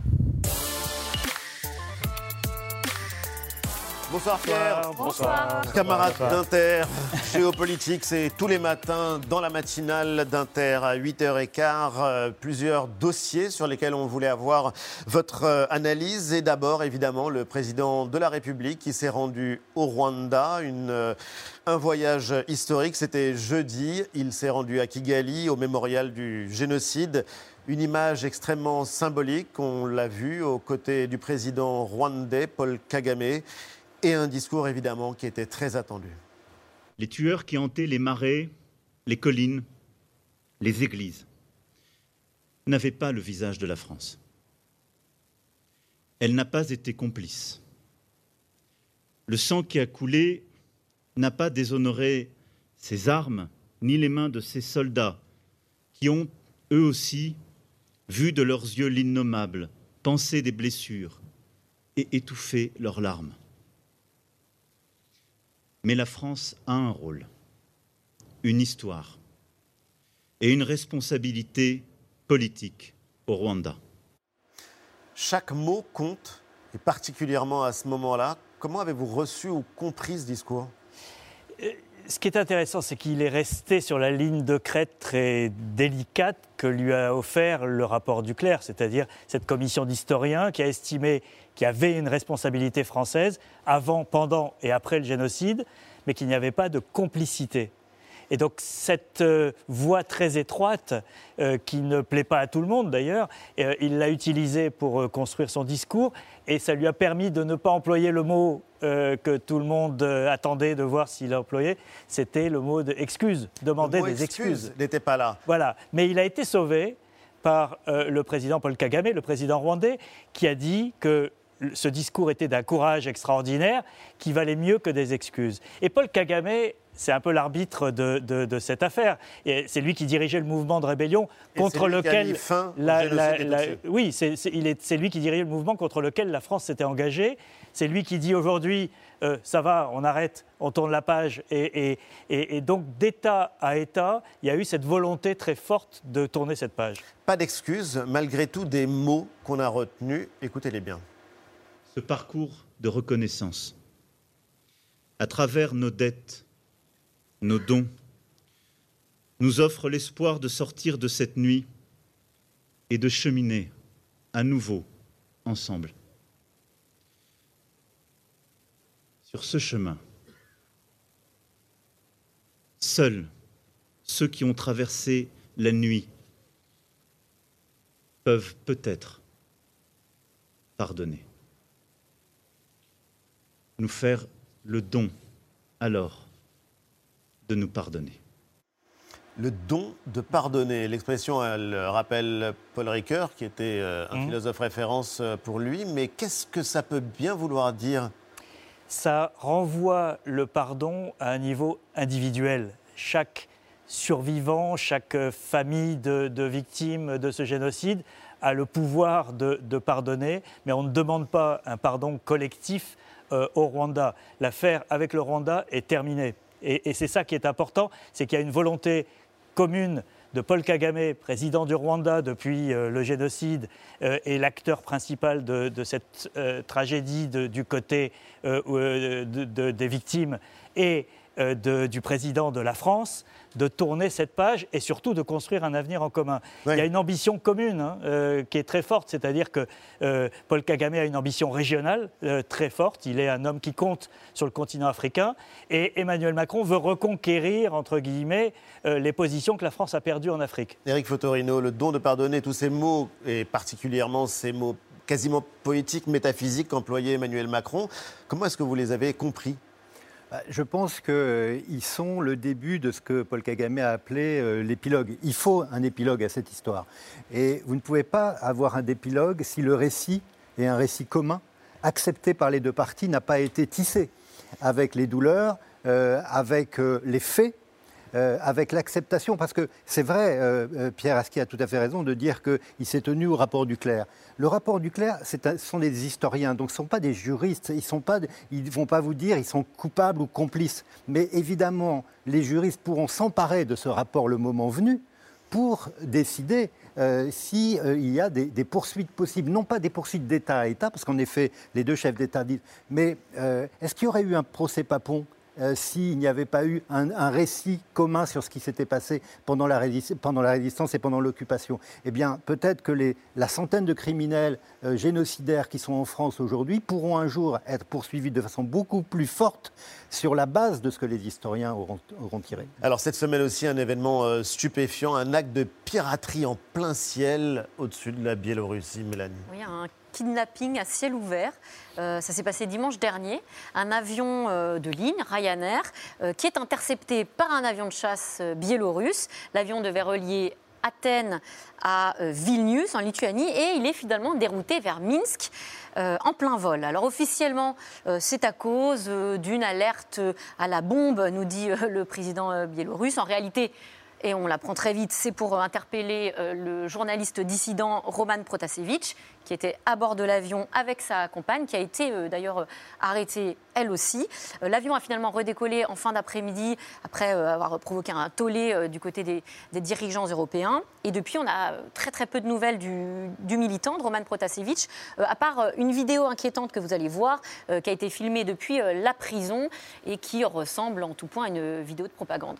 Bonsoir Pierre. Bonsoir. Camarade d'Inter, géopolitique, c'est tous les matins dans la matinale d'Inter à huit heures quinze. Euh, plusieurs dossiers sur lesquels on voulait avoir votre euh, analyse. Et d'abord, évidemment, le président de la République qui s'est rendu au Rwanda. Une, euh, un voyage historique, c'était jeudi. Il s'est rendu à Kigali, au mémorial du génocide. Une image extrêmement symbolique, on l'a vu, aux côtés du président rwandais, Paul Kagame. Et un discours, évidemment, qui était très attendu. Les tueurs qui hantaient les marais, les collines, les églises, n'avaient pas le visage de la France. Elle n'a pas été complice. Le sang qui a coulé n'a pas déshonoré ses armes, ni les mains de ses soldats, qui ont, eux aussi, vu de leurs yeux l'innommable, pensé des blessures et étouffé leurs larmes. Mais la France a un rôle, une histoire et une responsabilité politique au Rwanda. Chaque mot compte, et particulièrement à ce moment-là. Comment avez-vous reçu ou compris ce discours ? Ce qui est intéressant, c'est qu'il est resté sur la ligne de crête très délicate que lui a offert le rapport Duclerc, c'est-à-dire cette commission d'historiens qui a estimé qu'il y avait une responsabilité française avant, pendant et après le génocide, mais qu'il n'y avait pas de complicité. Et donc cette euh, voie très étroite, euh, qui ne plaît pas à tout le monde d'ailleurs, euh, il l'a utilisée pour euh, construire son discours, et ça lui a permis de ne pas employer le mot euh, que tout le monde euh, attendait de voir s'il employait, c'était le mot de excuse, demander le mot des excuse excuses. n'était pas là. Voilà, mais il a été sauvé par euh, le président Paul Kagame, le président rwandais, qui a dit que ce discours était d'un courage extraordinaire, qui valait mieux que des excuses. Et Paul Kagame, c'est un peu l'arbitre de, de, de cette affaire. Et c'est lui qui dirigeait le mouvement de rébellion contre lequel la, la, la, oui, c'est, c'est, il est, c'est lui qui dirigeait le mouvement contre lequel la France s'était engagée. C'est lui qui dit aujourd'hui, euh, ça va, on arrête, on tourne la page. Et, et, et, et donc, d'État à État, il y a eu cette volonté très forte de tourner cette page. Pas d'excuses, malgré tout, des mots qu'on a retenus. Écoutez-les bien. Ce parcours de reconnaissance, à travers nos dettes, nos dons, nous offre l'espoir de sortir de cette nuit et de cheminer à nouveau ensemble. Sur ce chemin, seuls ceux qui ont traversé la nuit peuvent peut-être pardonner. Nous faire le don, alors, de nous pardonner. Le don de pardonner. L'expression, elle rappelle Paul Ricoeur, qui était euh, un mmh. philosophe référence pour lui. Mais qu'est-ce que ça peut bien vouloir dire ? Ça renvoie le pardon à un niveau individuel. Chaque survivant, chaque famille de, de victimes de ce génocide a le pouvoir de, de pardonner, mais on ne demande pas un pardon collectif euh, au Rwanda. L'affaire avec le Rwanda est terminée. Et, et c'est ça qui est important, c'est qu'il y a une volonté commune de Paul Kagame, président du Rwanda depuis euh, le génocide, euh, et l'acteur principal de, de cette euh, tragédie de, du côté euh, de, de, des victimes, et euh, de, du président de la France de tourner cette page et surtout de construire un avenir en commun. Oui. Il y a une ambition commune hein, euh, qui est très forte, c'est-à-dire que euh, Paul Kagame a une ambition régionale euh, très forte. Il est un homme qui compte sur le continent africain et Emmanuel Macron veut reconquérir, entre guillemets, euh, les positions que la France a perdues en Afrique. Éric Fotorino, le don de pardonner, tous ces mots, et particulièrement ces mots quasiment poétiques, métaphysiques qu'employait Emmanuel Macron, comment est-ce que vous les avez compris ? Je pense qu'ils sont le début de ce que Paul Kagame a appelé euh, l'épilogue. Il faut un épilogue à cette histoire. Et vous ne pouvez pas avoir un épilogue si le récit est un récit commun, accepté par les deux parties, n'a pas été tissé avec les douleurs, euh, avec euh, les faits, euh, avec l'acceptation. Parce que c'est vrai, euh, Pierre Aski a tout à fait raison de dire qu'il s'est tenu au rapport Duclerc. Le rapport Duclerc, c'est un, ce sont des historiens, donc ce ne sont pas des juristes, ils ne vont pas vous dire ils sont coupables ou complices. Mais évidemment, les juristes pourront s'emparer de ce rapport le moment venu pour décider euh, s'il euh, y a des, des poursuites possibles. Non pas des poursuites d'État à État, parce qu'en effet, les deux chefs d'État disent, mais euh, est-ce qu'il y aurait eu un procès Papon Euh, s'il n'y avait pas eu un, un récit commun sur ce qui s'était passé pendant la, résist- pendant la résistance et pendant l'occupation. Eh bien, peut-être que les, la centaine de criminels euh, génocidaires qui sont en France aujourd'hui pourront un jour être poursuivis de façon beaucoup plus forte sur la base de ce que les historiens auront, auront tiré. Alors, cette semaine aussi, un événement euh, stupéfiant, un acte de piraterie en plein ciel au-dessus de la Biélorussie, Mélanie. Oui, un kidnapping à ciel ouvert. Euh, ça s'est passé dimanche dernier. Un avion euh, de ligne, Ryanair, euh, qui est intercepté par un avion de chasse euh, biélorusse. L'avion devait relier Athènes à euh, Vilnius, en Lituanie, et il est finalement dérouté vers Minsk euh, en plein vol. Alors officiellement, euh, c'est à cause euh, d'une alerte à la bombe, nous dit euh, le président euh, biélorusse. En réalité, et on l'apprend très vite, c'est pour interpeller euh, le journaliste dissident Roman Protasevich, qui était à bord de l'avion avec sa compagne, qui a été euh, d'ailleurs euh, arrêtée elle aussi. Euh, l'avion a finalement redécollé en fin d'après-midi, après euh, avoir provoqué un tollé euh, du côté des, des dirigeants européens. Et depuis, on a très très peu de nouvelles du, du militant, de Roman Protasevich, euh, à part euh, une vidéo inquiétante que vous allez voir, euh, qui a été filmée depuis euh, la prison et qui ressemble en tout point à une vidéo de propagande.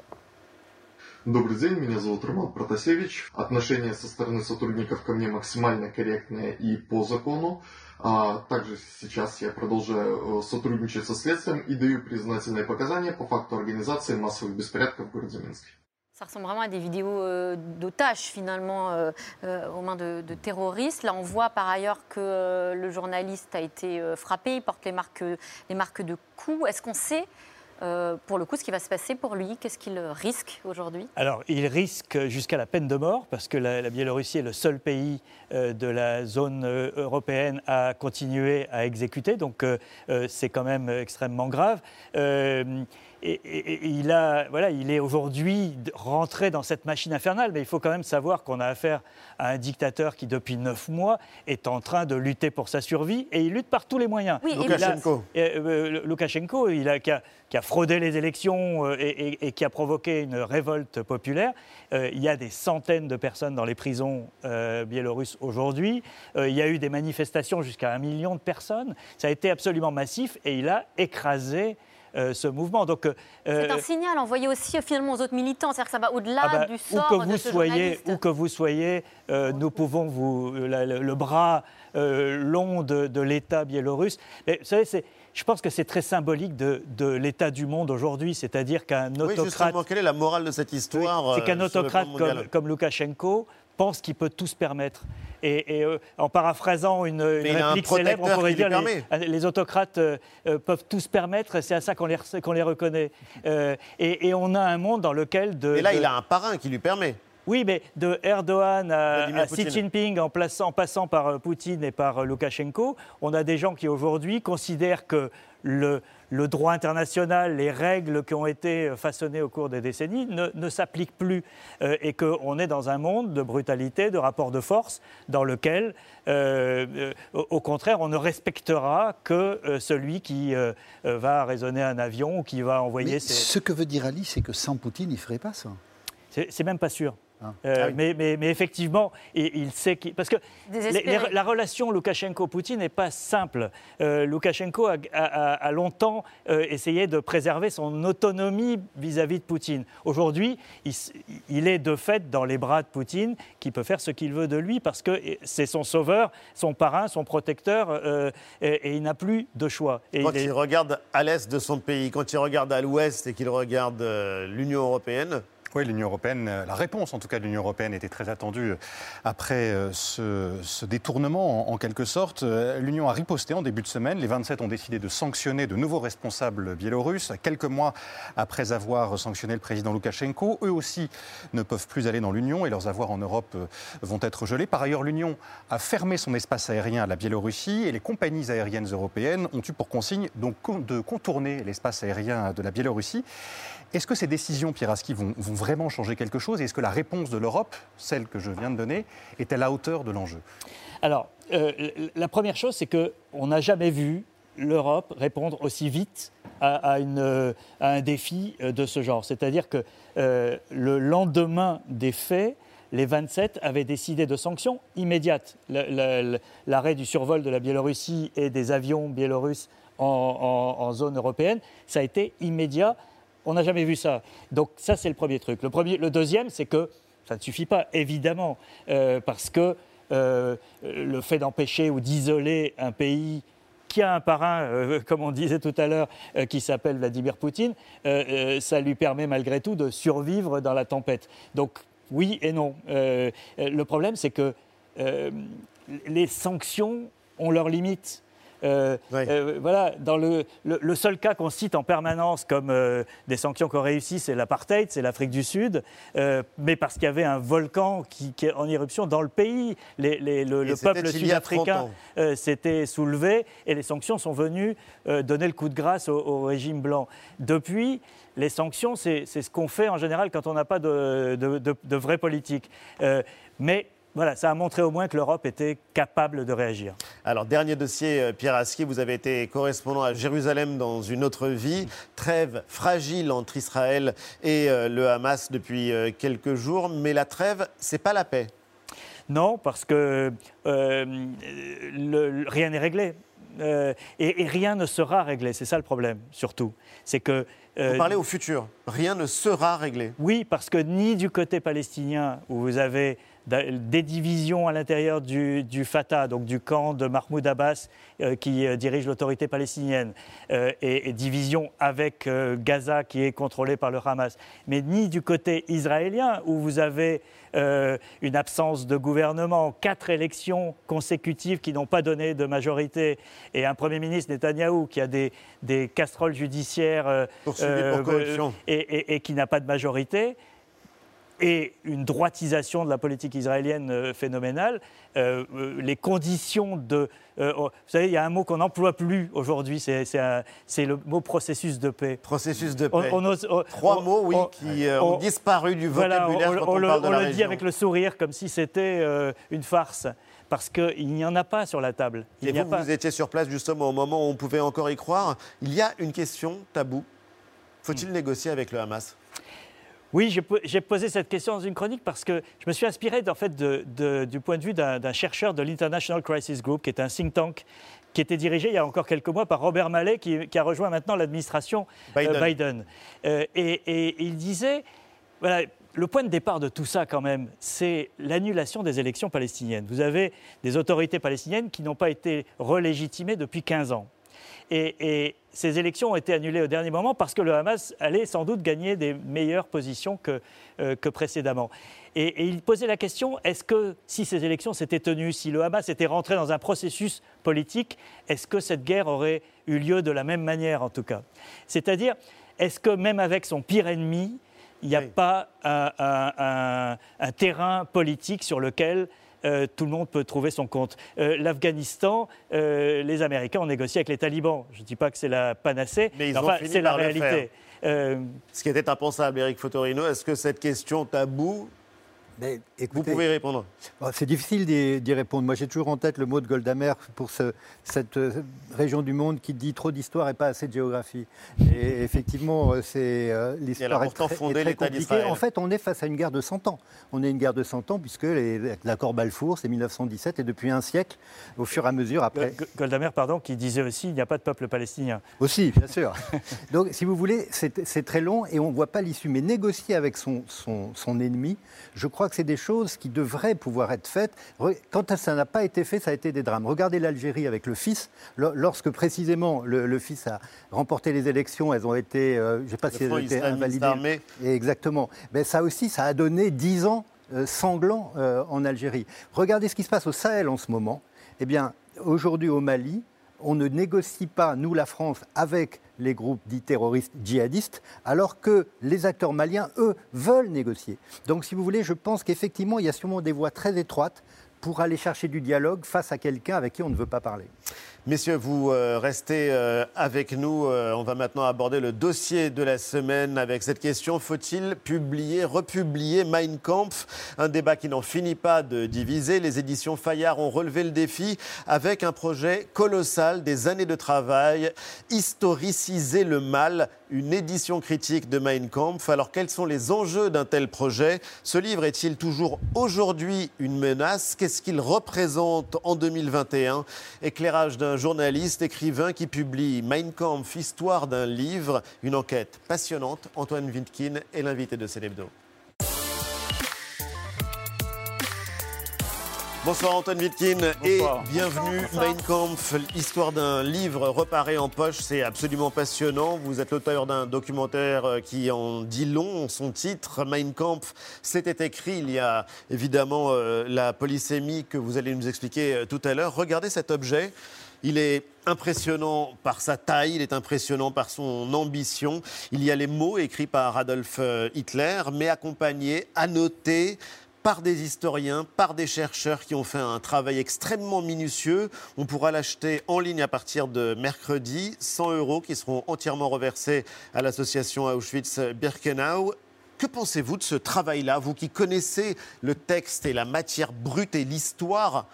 Добрый день, меня зовут Роман Протасевич. Отношение со стороны сотрудников ко мне максимально корректное и по закону. А также сейчас я продолжаю сотрудничать со следствием и даю признательные показания по факту организации массовых беспорядков в городе Минске. Ça ressemble vraiment à des vidéos euh, d'otages, finalement, euh, euh, aux mains de, de terroristes. Là, on voit par ailleurs que euh, le journaliste a été euh, frappé, il porte les marques, les marques de coups. Est-ce qu'on sait Euh, pour le coup, ce qui va se passer pour lui, qu'est-ce qu'il risque aujourd'hui ? Alors, il risque jusqu'à la peine de mort, parce que la, la Biélorussie est le seul pays euh, de la zone euh, européenne à continuer à exécuter, donc euh, euh, c'est quand même extrêmement grave. Euh, Et, et, et il, a, voilà, il est aujourd'hui rentré dans cette machine infernale, mais il faut quand même savoir qu'on a affaire à un dictateur qui, depuis neuf mois, est en train de lutter pour sa survie, et il lutte par tous les moyens. Oui, Loukachenko. Il a, euh, Loukachenko, il a, qui, a, qui a fraudé les élections euh, et, et, et qui a provoqué une révolte populaire. Euh, il y a des centaines de personnes dans les prisons euh, biélorusses aujourd'hui. Euh, il y a eu des manifestations jusqu'à un million de personnes. Ça a été absolument massif, et il a écrasé Euh, ce mouvement. Donc, euh, c'est un signal envoyé aussi euh, finalement aux autres militants, c'est-à-dire que ça va au-delà ah bah, du sort où que de vous ce soyez, journaliste. Où que vous soyez, euh, nous pouvons vous la, le, le bras euh, long de, de l'État biélorusse. Mais, vous savez, c'est, je pense que c'est très symbolique de, de l'état du monde aujourd'hui, c'est-à-dire qu'un autocrate. Oui, justement, quelle est la morale de cette histoire oui, c'est qu'un euh, autocrate comme, comme Loukachenko pense qu'il peut tout se permettre. Et, et euh, en paraphrasant une, une réplique célèbre, on pourrait dire les, les autocrates euh, euh, peuvent tout se permettre, c'est à ça qu'on les, qu'on les reconnaît. Euh, et, et on a un monde dans lequel... De, Mais là, de... il a un parrain qui lui permet. Oui, mais de Erdogan à, à Xi Jinping, en, plaçant, en passant par Poutine et par Loukachenko, on a des gens qui aujourd'hui considèrent que le, le droit international, les règles qui ont été façonnées au cours des décennies ne, ne s'appliquent plus euh, et qu'on est dans un monde de brutalité, de rapport de force dans lequel, euh, euh, au contraire, on ne respectera que euh, celui qui euh, va raisonner un avion ou qui va envoyer... Mais ses... Ce que veut dire Ali, c'est que sans Poutine, il ne ferait pas ça. C'est, c'est même pas sûr. Hein. Euh, ah oui. mais, mais, mais effectivement, il, il sait qu'il... Parce que les, les, la relation Loukachenko-Poutine n'est pas simple. Euh, Loukachenko a, a, a longtemps euh, essayé de préserver son autonomie vis-à-vis de Poutine. Aujourd'hui, il, il est de fait dans les bras de Poutine, qui peut faire ce qu'il veut de lui, parce que c'est son sauveur, son parrain, son protecteur, euh, et, et il n'a plus de choix. Et quand il, est... il regarde à l'est de son pays, quand il regarde à l'ouest et qu'il regarde euh, l'Union européenne... Oui, l'Union européenne, la réponse en tout cas de l'Union européenne était très attendue après ce, ce détournement en, en quelque sorte. L'Union a riposté en début de semaine. Les vingt-sept ont décidé de sanctionner de nouveaux responsables biélorusses. Quelques mois après avoir sanctionné le président Loukachenko, eux aussi ne peuvent plus aller dans l'Union et leurs avoirs en Europe vont être gelés. Par ailleurs, l'Union a fermé son espace aérien à la Biélorussie et les compagnies aériennes européennes ont eu pour consigne donc de contourner l'espace aérien de la Biélorussie. Est-ce que ces décisions, Pierre Aski, vont, vont vraiment changer quelque chose? Et est-ce que la réponse de l'Europe, celle que je viens de donner, est à la hauteur de l'enjeu? Alors, euh, la première chose, c'est qu'on n'a jamais vu l'Europe répondre aussi vite à, à, une, à un défi de ce genre. C'est-à-dire que euh, le lendemain des faits, les vingt-sept avaient décidé de sanctions immédiates. L'arrêt du survol de la Biélorussie et des avions biélorusses en, en, en zone européenne, ça a été immédiat. On n'a jamais vu ça. Donc ça, c'est le premier truc. Le, premier, le deuxième, c'est que ça ne suffit pas, évidemment, euh, parce que euh, le fait d'empêcher ou d'isoler un pays qui a un parrain, euh, comme on disait tout à l'heure, euh, qui s'appelle Vladimir Poutine, euh, euh, ça lui permet malgré tout de survivre dans la tempête. Donc oui et non. Euh, le problème, c'est que euh, les sanctions ont leurs limites. Euh, oui. euh, voilà, dans le, le, le seul cas qu'on cite en permanence comme euh, des sanctions qui ont réussi, c'est l'apartheid, c'est l'Afrique du Sud, euh, mais parce qu'il y avait un volcan qui, qui est en éruption dans le pays. Les, les, le le peuple sud-africain euh, s'était soulevé et les sanctions sont venues euh, donner le coup de grâce au, au régime blanc. Depuis, les sanctions, c'est ce qu'on fait en général quand on n'a pas de, de, de, de vraie politique. Euh, mais voilà, ça a montré au moins que l'Europe était capable de réagir. Alors, dernier dossier, Pierre Aski, vous avez été correspondant à Jérusalem dans une autre vie. Trêve fragile entre Israël et euh, le Hamas depuis euh, quelques jours, mais la trêve, c'est pas la paix. Non, parce que euh, le, rien n'est réglé. Euh, et, et rien ne sera réglé, c'est ça le problème, surtout. C'est que... Euh, vous parlez au futur, rien ne sera réglé. Oui, parce que ni du côté palestinien, où vous avez des divisions à l'intérieur du, du Fatah, donc du camp de Mahmoud Abbas euh, qui euh, dirige l'autorité palestinienne, euh, et, et division avec euh, Gaza qui est contrôlée par le Hamas, mais ni du côté israélien où vous avez euh, une absence de gouvernement, quatre élections consécutives qui n'ont pas donné de majorité, et un Premier ministre Netanyahou qui a des, des casseroles judiciaires euh, euh, pour corruption. Et, et, et qui n'a pas de majorité. Et une droitisation de la politique israélienne euh, phénoménale, euh, euh, les conditions de... Euh, oh, vous savez, il y a un mot qu'on n'emploie plus aujourd'hui, c'est le mot processus de paix. Processus de paix. On, on ose, on, Trois on, mots, oui, on, qui euh, ont disparu du vocabulaire voilà, on, quand on, on parle le, de la On le région. dit avec le sourire, comme si c'était euh, une farce, parce qu'il n'y en a pas sur la table. Il Et vous, vous, pas... vous étiez sur place justement au moment où on pouvait encore y croire. Il y a une question taboue. Faut-il hmm. négocier avec le Hamas ? Oui, j'ai posé cette question dans une chronique parce que je me suis inspiré en fait, de, de, du point de vue d'un chercheur de l'International Crisis Group, qui est un think tank qui était dirigé il y a encore quelques mois par Robert Malley, qui, qui a rejoint maintenant l'administration Biden. Euh, Biden. Euh, et, et il disait, voilà, le point de départ de tout ça quand même, c'est l'annulation des élections palestiniennes. Vous avez des autorités palestiniennes qui n'ont pas été relégitimées depuis quinze ans. Et, et ces élections ont été annulées au dernier moment parce que le Hamas allait sans doute gagner des meilleures positions que, euh, que précédemment. Et, et il posait la question, est-ce que si ces élections s'étaient tenues, si le Hamas était rentré dans un processus politique, est-ce que cette guerre aurait eu lieu de la même manière en tout cas? C'est-à-dire, est-ce que même avec son pire ennemi, il n'y a oui. pas un, un, un, un terrain politique sur lequel... Euh, tout le monde peut trouver son compte. Euh, L'Afghanistan, euh, les Américains ont négocié avec les talibans. Je ne dis pas que c'est la panacée, mais enfin, c'est la réalité. Euh... Ce qui était impensable, Éric Fotorino, est-ce que cette question taboue Mais, écoutez, vous pouvez répondre. C'est difficile d'y répondre. Moi, j'ai toujours en tête le mot de Golda Meir pour ce, cette euh, région du monde qui dit trop d'histoire et pas assez de géographie. Et effectivement, c'est euh, l'histoire est très, est très compliquée. En fait, on est face à une guerre de cent ans. On est une guerre de cent ans puisque l'accord Balfour, c'est mille neuf cent dix-sept, et depuis un siècle, au fur et à mesure après. Golda Meir, pardon, qui disait aussi il n'y a pas de peuple palestinien. Aussi, bien sûr. Donc, si vous voulez, c'est très long et on ne voit pas l'issue. Mais négocier avec son, son, son ennemi, je crois que c'est des choses qui devraient pouvoir être faites. Quand ça n'a pas été fait, ça a été des drames. Regardez l'Algérie avec le fils. Lorsque précisément le, le fils a remporté les élections, elles ont été, euh, je ne sais pas le si elles ont été invalidées. Exactement. Mais ça aussi, ça a donné dix ans euh, sanglants euh, en Algérie. Regardez ce qui se passe au Sahel en ce moment. Eh bien, aujourd'hui au Mali, on ne négocie pas, nous la France, avec les groupes dits terroristes djihadistes, alors que les acteurs maliens, eux, veulent négocier. Donc, si vous voulez, je pense qu'effectivement, il y a sûrement des voies très étroites pour aller chercher du dialogue face à quelqu'un avec qui on ne veut pas parler. Messieurs, vous euh, restez euh, avec nous. Euh, on va maintenant aborder le dossier de la semaine avec cette question. Faut-il publier, republier Mein Kampf? Un débat qui n'en finit pas de diviser. Les éditions Fayard ont relevé le défi avec un projet colossal, des années de travail, historiciser le mal, une édition critique de Mein Kampf. Alors, quels sont les enjeux d'un tel projet? Ce livre est-il toujours aujourd'hui une menace? Qu'est-ce qu'il représente en deux mille vingt et un? Éclairage d'un journaliste, écrivain qui publie Mein Kampf, histoire d'un livre, une enquête passionnante. Antoine Wittkin est l'invité de Célébdo. Bonsoir Antoine Wittkin et bienvenue. Bonsoir. Mein Kampf, histoire d'un livre reparé en poche, c'est absolument passionnant. Vous êtes l'auteur d'un documentaire qui en dit long. Son titre, Mein Kampf, c'était écrit. Il y a évidemment euh, la polysémie que vous allez nous expliquer euh, tout à l'heure. Regardez cet objet. Il est impressionnant par sa taille, il est impressionnant par son ambition. Il y a les mots écrits par Adolf Hitler, mais accompagnés, annotés par des historiens, par des chercheurs qui ont fait un travail extrêmement minutieux. On pourra l'acheter en ligne à partir de mercredi, cent euros qui seront entièrement reversés à l'association Auschwitz-Birkenau. Que pensez-vous de ce travail-là, vous qui connaissez le texte et la matière brute et l'histoire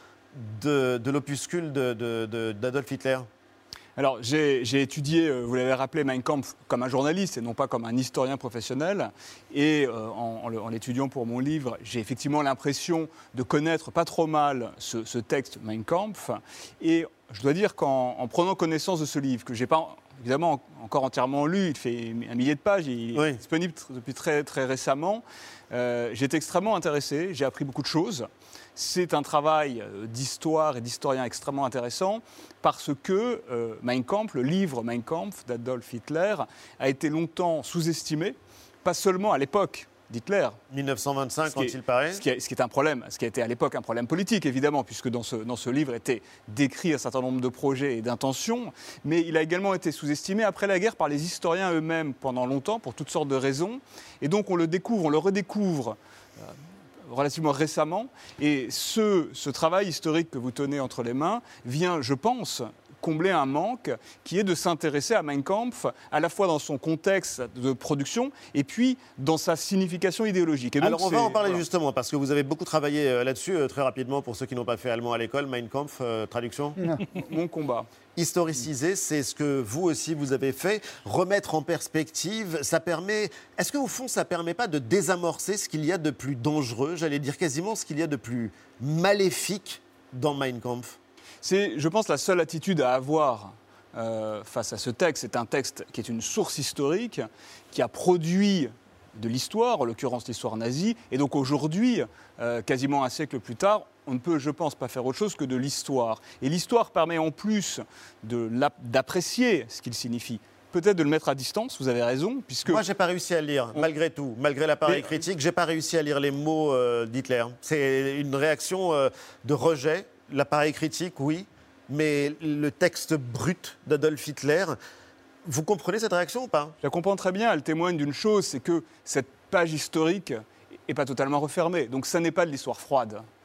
de, de l'opuscule de, de, de, d'Adolf Hitler? Alors, j'ai, j'ai étudié, vous l'avez rappelé, Mein Kampf comme un journaliste et non pas comme un historien professionnel. Et euh, en, en l'étudiant pour mon livre, j'ai effectivement l'impression de connaître pas trop mal ce, ce texte Mein Kampf. Et je dois dire qu'en en prenant connaissance de ce livre, que je n'ai pas évidemment encore entièrement lu, il fait un millier de pages, il est oui. disponible depuis très, très récemment, euh, j'ai été extrêmement intéressé, j'ai appris beaucoup de choses. C'est un travail d'histoire et d'historien extrêmement intéressant parce que euh, Mein Kampf, le livre Mein Kampf d'Adolf Hitler, a été longtemps sous-estimé, pas seulement à l'époque d'Hitler. mille neuf cent vingt-cinq, quand est, il paraît. Ce qui, est, ce qui est un problème, ce qui a été à l'époque un problème politique, évidemment, puisque dans ce, dans ce livre étaient décrits un certain nombre de projets et d'intentions, mais il a également été sous-estimé après la guerre par les historiens eux-mêmes pendant longtemps, pour toutes sortes de raisons. Et donc on le découvre, on le redécouvre euh, relativement récemment. Et ce, ce travail historique que vous tenez entre les mains vient, je pense, combler un manque qui est de s'intéresser à Mein Kampf à la fois dans son contexte de production et puis dans sa signification idéologique. Et donc alors on va en parler voilà. justement parce que vous avez beaucoup travaillé euh, là-dessus, euh, très rapidement pour ceux qui n'ont pas fait allemand à l'école. Mein Kampf, euh, traduction? Mon combat. Historiciser, c'est ce que vous aussi vous avez fait. Remettre en perspective, ça permet... Est-ce qu'au fond, ça ne permet pas de désamorcer ce qu'il y a de plus dangereux, j'allais dire quasiment ce qu'il y a de plus maléfique dans Mein Kampf? C'est, je pense, la seule attitude à avoir euh, face à ce texte. C'est un texte qui est une source historique, qui a produit de l'histoire, en l'occurrence l'histoire nazie. Et donc aujourd'hui, euh, quasiment un siècle plus tard, on ne peut, je pense, pas faire autre chose que de l'histoire. Et l'histoire permet en plus de d'apprécier ce qu'il signifie. Peut-être de le mettre à distance, vous avez raison, puisque... Moi, je n'ai pas réussi à le lire, on... malgré tout. Malgré l'appareil Mais... critique, je n'ai pas réussi à lire les mots euh, d'Hitler. C'est une réaction euh, de rejet. L'appareil critique, oui, mais le texte brut d'Adolf Hitler, vous comprenez cette réaction ou pas? Je la comprends très bien, elle témoigne d'une chose, c'est que cette page historique n'est pas totalement refermée. Donc ça n'est pas de l'histoire froide.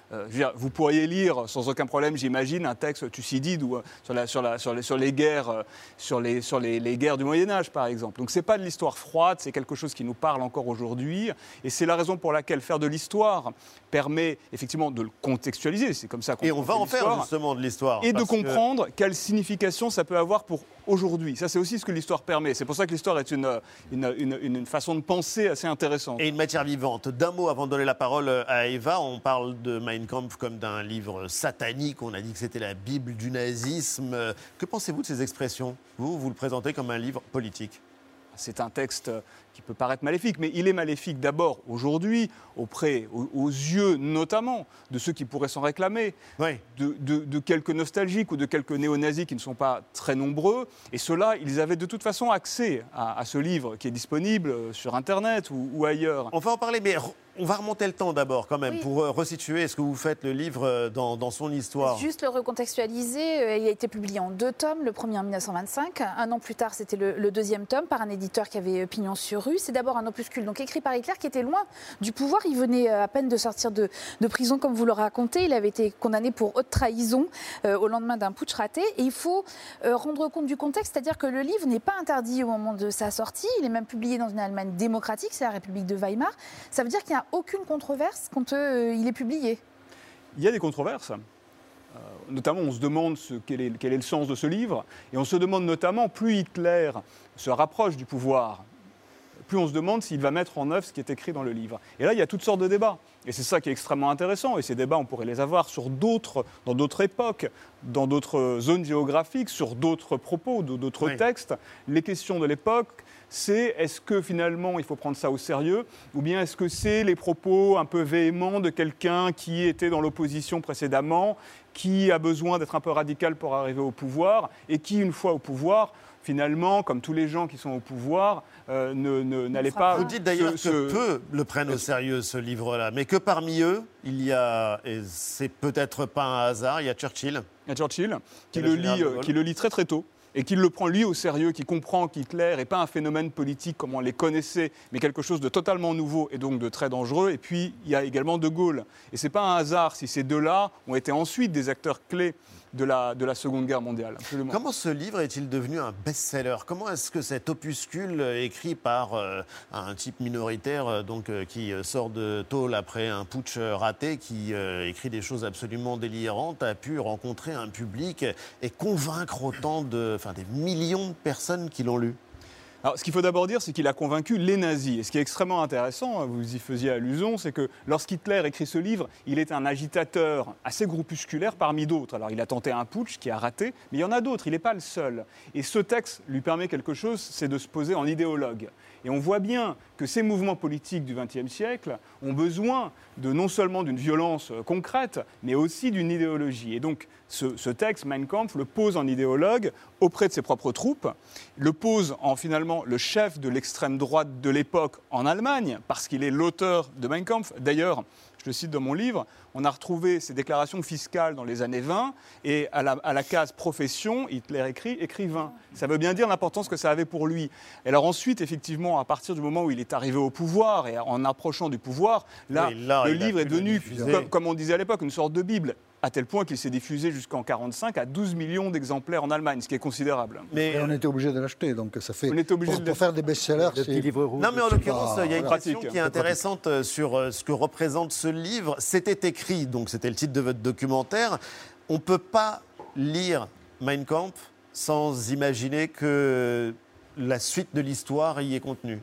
Euh, je veux dire, vous pourriez lire sans aucun problème, j'imagine, un texte Thucydide ou euh, sur, la, sur, la, sur, les, sur les guerres, euh, sur, les, sur les, les guerres du Moyen Âge, par exemple. Donc, c'est pas de l'histoire froide, c'est quelque chose qui nous parle encore aujourd'hui, et c'est la raison pour laquelle faire de l'histoire permet effectivement de le contextualiser. C'est comme ça qu'on. Et on va en faire justement de l'histoire. Et de comprendre que... quelle signification ça peut avoir pour aujourd'hui. Ça, c'est aussi ce que l'histoire permet. C'est pour ça que l'histoire est une, une, une, une façon de penser assez intéressante. Et une matière vivante. D'un mot avant de donner la parole à Eva, on parle de Mein Kampf comme d'un livre satanique. On a dit que c'était la Bible du nazisme. Que pensez-vous de ces expressions ? Vous, vous le présentez comme un livre politique. C'est un texte qui peut paraître maléfique, mais il est maléfique d'abord aujourd'hui, auprès, aux, aux yeux notamment de ceux qui pourraient s'en réclamer, oui. de, de, de quelques nostalgiques ou de quelques néo-nazis qui ne sont pas très nombreux. Et ceux-là, ils avaient de toute façon accès à, à ce livre qui est disponible sur Internet ou, ou ailleurs. On va en parler, mais on va remonter le temps d'abord quand même, oui. pour resituer ce que vous faites, le livre, dans, dans son histoire. Juste le recontextualiser, il a été publié en deux tomes, le premier en mille neuf cent vingt-cinq, un an plus tard c'était le, le deuxième tome par un éditeur qui avait pignon sur rue. C'est d'abord un opuscule donc écrit par Hitler qui était loin du pouvoir, il venait à peine de sortir de, de prison comme vous le racontez, il avait été condamné pour haute trahison euh, au lendemain d'un putsch raté et il faut euh, rendre compte du contexte, c'est-à-dire que le livre n'est pas interdit au moment de sa sortie, il est même publié dans une Allemagne démocratique, c'est la République de Weimar, ça veut dire qu'il n'y a aucune controverse quand euh, il est publié. Il y a des controverses. Euh, notamment, on se demande ce, quel, est, quel est le sens de ce livre. Et on se demande notamment, plus Hitler se rapproche du pouvoir, plus on se demande s'il va mettre en œuvre ce qui est écrit dans le livre. Et là, il y a toutes sortes de débats. Et c'est ça qui est extrêmement intéressant. Et ces débats, on pourrait les avoir sur d'autres, dans d'autres époques, dans d'autres zones géographiques, sur d'autres propos, d'autres oui. textes. Les questions de l'époque, c'est est-ce que finalement il faut prendre ça au sérieux ou bien est-ce que c'est les propos un peu véhéments de quelqu'un qui était dans l'opposition précédemment, qui a besoin d'être un peu radical pour arriver au pouvoir et qui, une fois au pouvoir, finalement, comme tous les gens qui sont au pouvoir, euh, ne, ne, n'allaient pas... Vous dites d'ailleurs ce, que ce... peu le prennent au sérieux, ce livre-là, mais que parmi eux, il y a, et c'est peut-être pas un hasard, il y a Churchill. Il y a Churchill, qui le, lit, euh, qui le lit très très tôt. Et qu'il le prend lui au sérieux, qui comprend qu'Hitler n'est pas un phénomène politique comme on les connaissait, mais quelque chose de totalement nouveau et donc de très dangereux. Et puis, il y a également De Gaulle. Et ce n'est pas un hasard si ces deux-là ont été ensuite des acteurs clés de la, de la Seconde Guerre mondiale. Absolument. Comment ce livre est-il devenu un best-seller ? Comment est-ce que cet opuscule écrit par euh, un type minoritaire euh, donc, euh, qui sort de tôle après un putsch raté, qui euh, écrit des choses absolument délirantes, a pu rencontrer un public et convaincre autant de, enfin, des millions de personnes qui l'ont lu ? Alors, ce qu'il faut d'abord dire, c'est qu'il a convaincu les nazis. Et ce qui est extrêmement intéressant, vous y faisiez allusion, c'est que lorsqu'Hitler écrit ce livre, il est un agitateur assez groupusculaire parmi d'autres. Alors, il a tenté un putsch qui a raté, mais il y en a d'autres, il n'est pas le seul. Et ce texte lui permet quelque chose, c'est de se poser en idéologue. Et on voit bien que ces mouvements politiques du vingtième siècle ont besoin de non seulement d'une violence concrète, mais aussi d'une idéologie. Et donc, ce, ce texte, Mein Kampf, le pose en idéologue auprès de ses propres troupes, le pose en finalement le chef de l'extrême droite de l'époque en Allemagne, parce qu'il est l'auteur de Mein Kampf. D'ailleurs, je le cite dans mon livre, on a retrouvé ses déclarations fiscales dans les années vingt, et à la, à la case profession, Hitler écrit écrivain. Ça veut bien dire l'importance que ça avait pour lui. Et alors ensuite, effectivement, à partir du moment où il est arrivé au pouvoir, et en approchant du pouvoir, là, oui, là le livre est devenu, comme, comme on disait à l'époque, une sorte de Bible, à tel point qu'il s'est diffusé jusqu'en mille neuf cent quarante-cinq à douze millions d'exemplaires en Allemagne, ce qui est considérable. Mais on était obligé de l'acheter, donc ça fait... On était obligé pour, de pour faire des best-sellers, c'est... livre rouge. Non, mais en l'occurrence, il y a une question qui est intéressante sur ce que représente ce livre. C'était écrit, donc c'était le titre de votre documentaire. On ne peut pas lire Mein Kampf sans imaginer que la suite de l'histoire y est contenue.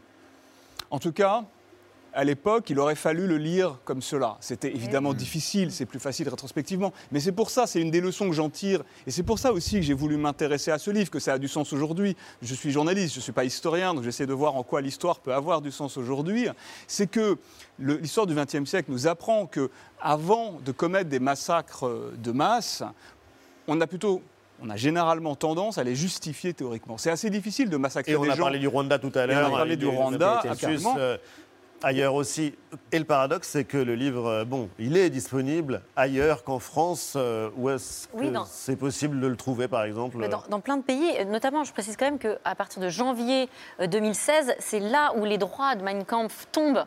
En tout cas, à l'époque, il aurait fallu le lire comme cela. C'était évidemment mmh. difficile, c'est plus facile rétrospectivement. Mais c'est pour ça, c'est une des leçons que j'en tire. Et c'est pour ça aussi que j'ai voulu m'intéresser à ce livre, que ça a du sens aujourd'hui. Je suis journaliste, je ne suis pas historien, donc j'essaie de voir en quoi l'histoire peut avoir du sens aujourd'hui. C'est que le, l'histoire du vingtième siècle nous apprend qu'avant de commettre des massacres de masse, on a plutôt... on a généralement tendance à les justifier théoriquement. C'est assez difficile de massacrer des gens. Et on a parlé du Rwanda tout à l'heure. On a parlé du Rwanda, absolument. Euh, ailleurs aussi. Et le paradoxe, c'est que le livre, bon, il est disponible ailleurs qu'en France. Euh, où est-ce que oui, dans... c'est possible de le trouver, par exemple dans, dans plein de pays, notamment, je précise quand même qu'à partir de janvier deux mille seize, c'est là où les droits de Mein Kampf tombent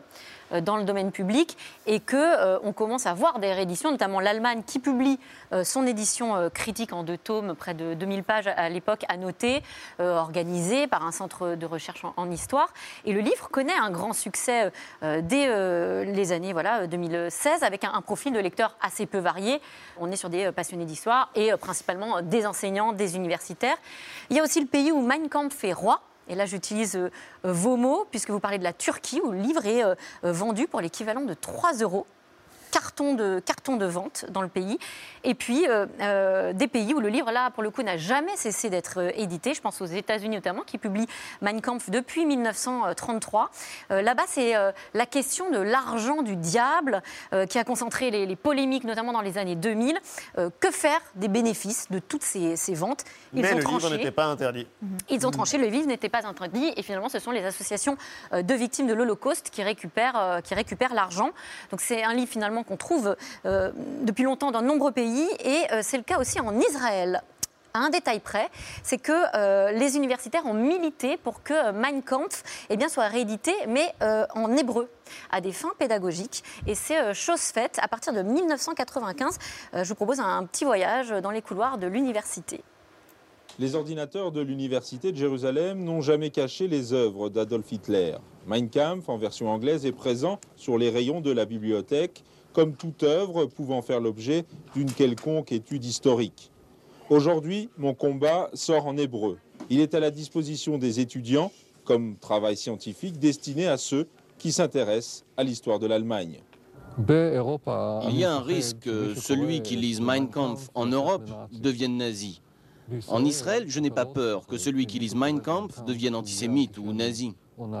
euh, dans le domaine public et qu'on euh, commence à voir des rééditions, notamment l'Allemagne qui publie euh, son édition euh, critique en deux tomes, près de deux mille pages à l'époque, annotées, euh, organisée par un centre de recherche en, en histoire. Et le livre connaît un grand succès euh, dès euh, les années voilà, deux mille seize, avec un, un profil de lecteur assez peu varié. On est sur des euh, passionnés d'histoire et euh, principalement euh, des enseignants, des universitaires. Il y a aussi le pays où Mein Kampf est roi. Et là, j'utilise euh, vos mots, puisque vous parlez de la Turquie, où le livre est euh, vendu pour l'équivalent de trois euros. Carton de, carton de vente dans le pays. Et puis, euh, euh, des pays où le livre, là, pour le coup, n'a jamais cessé d'être euh, édité. Je pense aux États-Unis notamment, qui publient Mein Kampf depuis mille neuf cent trente-trois. Euh, là-bas, c'est euh, la question de l'argent du diable euh, qui a concentré les, les polémiques, notamment dans les années deux mille. Euh, que faire des bénéfices de toutes ces, ces ventes? Ils Mais ont le tranché. livre n'était pas interdit. Ils ont tranché, le livre n'était pas interdit. Et finalement, ce sont les associations euh, de victimes de l'Holocauste qui récupèrent, euh, qui récupèrent l'argent. Donc, c'est un livre, finalement, qu'on trouve euh, depuis longtemps dans de nombreux pays et euh, c'est le cas aussi en Israël. À un détail près, c'est que euh, les universitaires ont milité pour que Mein Kampf eh bien, soit réédité, mais euh, en hébreu, à des fins pédagogiques. Et c'est euh, chose faite. À partir de mille neuf cent quatre-vingt-quinze, euh, je vous propose un, un petit voyage dans les couloirs de l'université. Les ordinateurs de l'université de Jérusalem n'ont jamais caché les œuvres d'Adolf Hitler. Mein Kampf, en version anglaise, est présent sur les rayons de la bibliothèque, comme toute œuvre pouvant faire l'objet d'une quelconque étude historique. Aujourd'hui, mon combat sort en hébreu. Il est à la disposition des étudiants, comme travail scientifique destiné à ceux qui s'intéressent à l'histoire de l'Allemagne. Il y a un risque que celui qui lise Mein Kampf en Europe devienne nazi. En Israël, je n'ai pas peur que celui qui lise Mein Kampf devienne antisémite ou nazi.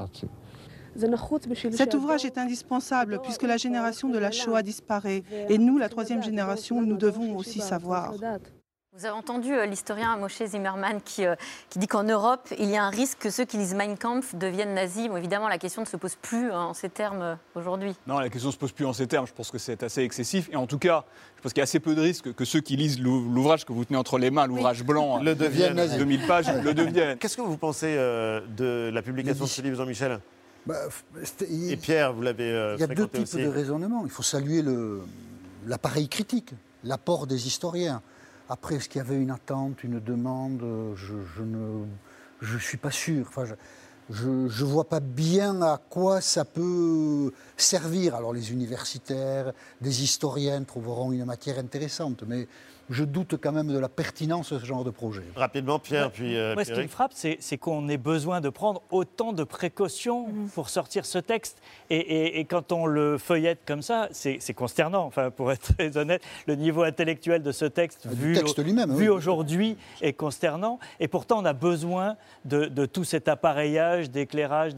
Cet ouvrage est indispensable puisque la génération de la Shoah disparaît. Et nous, la troisième génération, nous devons aussi savoir. Vous avez entendu euh, l'historien Moshe Zimmerman qui, euh, qui dit qu'en Europe, il y a un risque que ceux qui lisent Mein Kampf deviennent nazis. Bon, évidemment, la question ne se pose plus hein, en ces termes euh, aujourd'hui. Non, la question ne se pose plus en ces termes. Je pense que c'est assez excessif. Et en tout cas, je pense qu'il y a assez peu de risques que ceux qui lisent l'ouvrage que vous tenez entre les mains, l'ouvrage oui. blanc, le deviennent de deux mille pages, le deviennent. Qu'est-ce que vous pensez euh, de la publication de ce livre, Jean-Michel? Bah, il, Et Pierre, vous l'avez euh, Il y a deux types aussi. de raisonnements. Il faut saluer l'appareil critique, l'apport des historiens. Après, est-ce qu'il y avait une attente, une demande? Je, je ne je suis pas sûr. Enfin, je ne vois pas bien à quoi ça peut servir. Alors les universitaires, des historiens trouveront une matière intéressante, mais je doute quand même de la pertinence de ce genre de projet. Rapidement, Pierre, puis euh, Moi, ce qui me frappe, c'est qu'on ait besoin de prendre autant de précautions mmh. pour sortir ce texte. Et, et, et quand on le feuillette comme ça, c'est consternant. Enfin, pour être très honnête, le niveau intellectuel de ce texte, ah, vu, texte vu oui. aujourd'hui, est consternant. Et pourtant, on a besoin de, de tout cet appareillage, d'éclairage,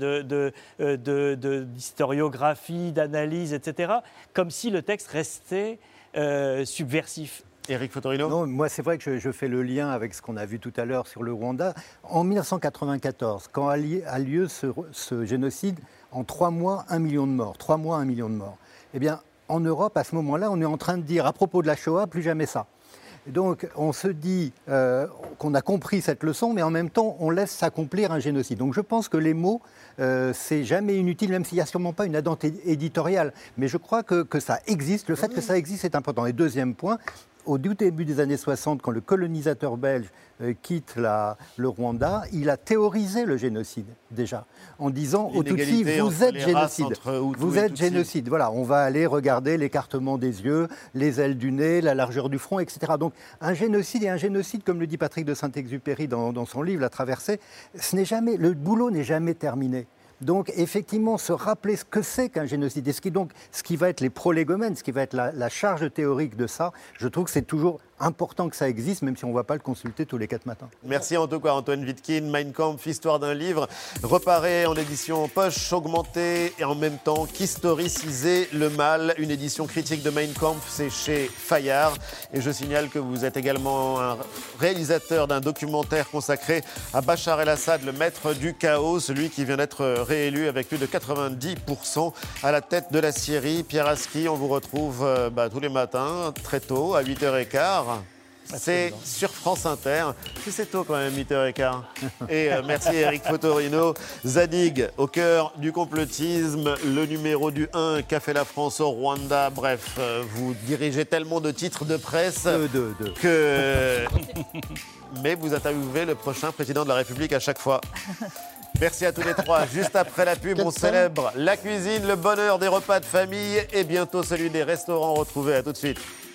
d'historiographie, de, de, de, d'analyse, et cetera, comme si le texte restait euh, subversif. Éric Fotorino ? Non, moi, c'est vrai que je, je fais le lien avec ce qu'on a vu tout à l'heure sur le Rwanda. En mille neuf cent quatre-vingt-quatorze, quand a lieu ce, ce génocide, en trois mois, un million de morts. Trois mois, un million de morts. Eh bien, en Europe, à ce moment-là, on est en train de dire, à propos de la Shoah, plus jamais ça. Donc, on se dit euh, qu'on a compris cette leçon, mais en même temps, on laisse s'accomplir un génocide. Donc, je pense que les mots, euh, c'est jamais inutile, même s'il n'y a sûrement pas une attente éditoriale. Mais je crois que, que ça existe. Le fait que ça existe est important. Et deuxième point, au début des années soixante, quand le colonisateur belge euh, quitte la, le Rwanda, il a théorisé le génocide, déjà, en disant aux Tutsis, vous êtes génocide, vous êtes génocide. Voilà, on va aller regarder l'écartement des yeux, les ailes du nez, la largeur du front, et cetera. Donc, un génocide et un génocide, comme le dit Patrick de Saint-Exupéry dans, dans son livre, La Traversée, ce n'est jamais, le boulot n'est jamais terminé. Donc, effectivement, se rappeler ce que c'est qu'un génocide et ce qui, donc, ce qui va être les prolégomènes, ce qui va être la, la charge théorique de ça, je trouve que c'est toujours important que ça existe, même si on ne va pas le consulter tous les quatre matins. Merci en tout cas Antoine Wittkin. Mein Kampf, histoire d'un livre, reparé en édition poche augmentée et en même temps qu'historiciser le mal. Une édition critique de Mein Kampf, c'est chez Fayard. Et je signale que vous êtes également un réalisateur d'un documentaire consacré à Bachar el-Assad, le maître du chaos, celui qui vient d'être réélu avec plus de quatre-vingt-dix pour cent à la tête de la Syrie. Pierre Aski, on vous retrouve euh, bah, tous les matins, très tôt, à huit heures quinze. c'est sur France Inter. Si c'est tôt quand même, huit heures quinze. Et euh, merci Eric Fotorino. Zadig, au cœur du complotisme, le numéro du un qu'a fait la France au Rwanda. Bref, euh, vous dirigez tellement de titres de presse deux, deux, deux. que... Mais vous interviewez le prochain président de la République à chaque fois. Merci à tous les trois. Juste après la pub, on célèbre la cuisine, le bonheur des repas de famille et bientôt celui des restaurants retrouvés. À tout de suite.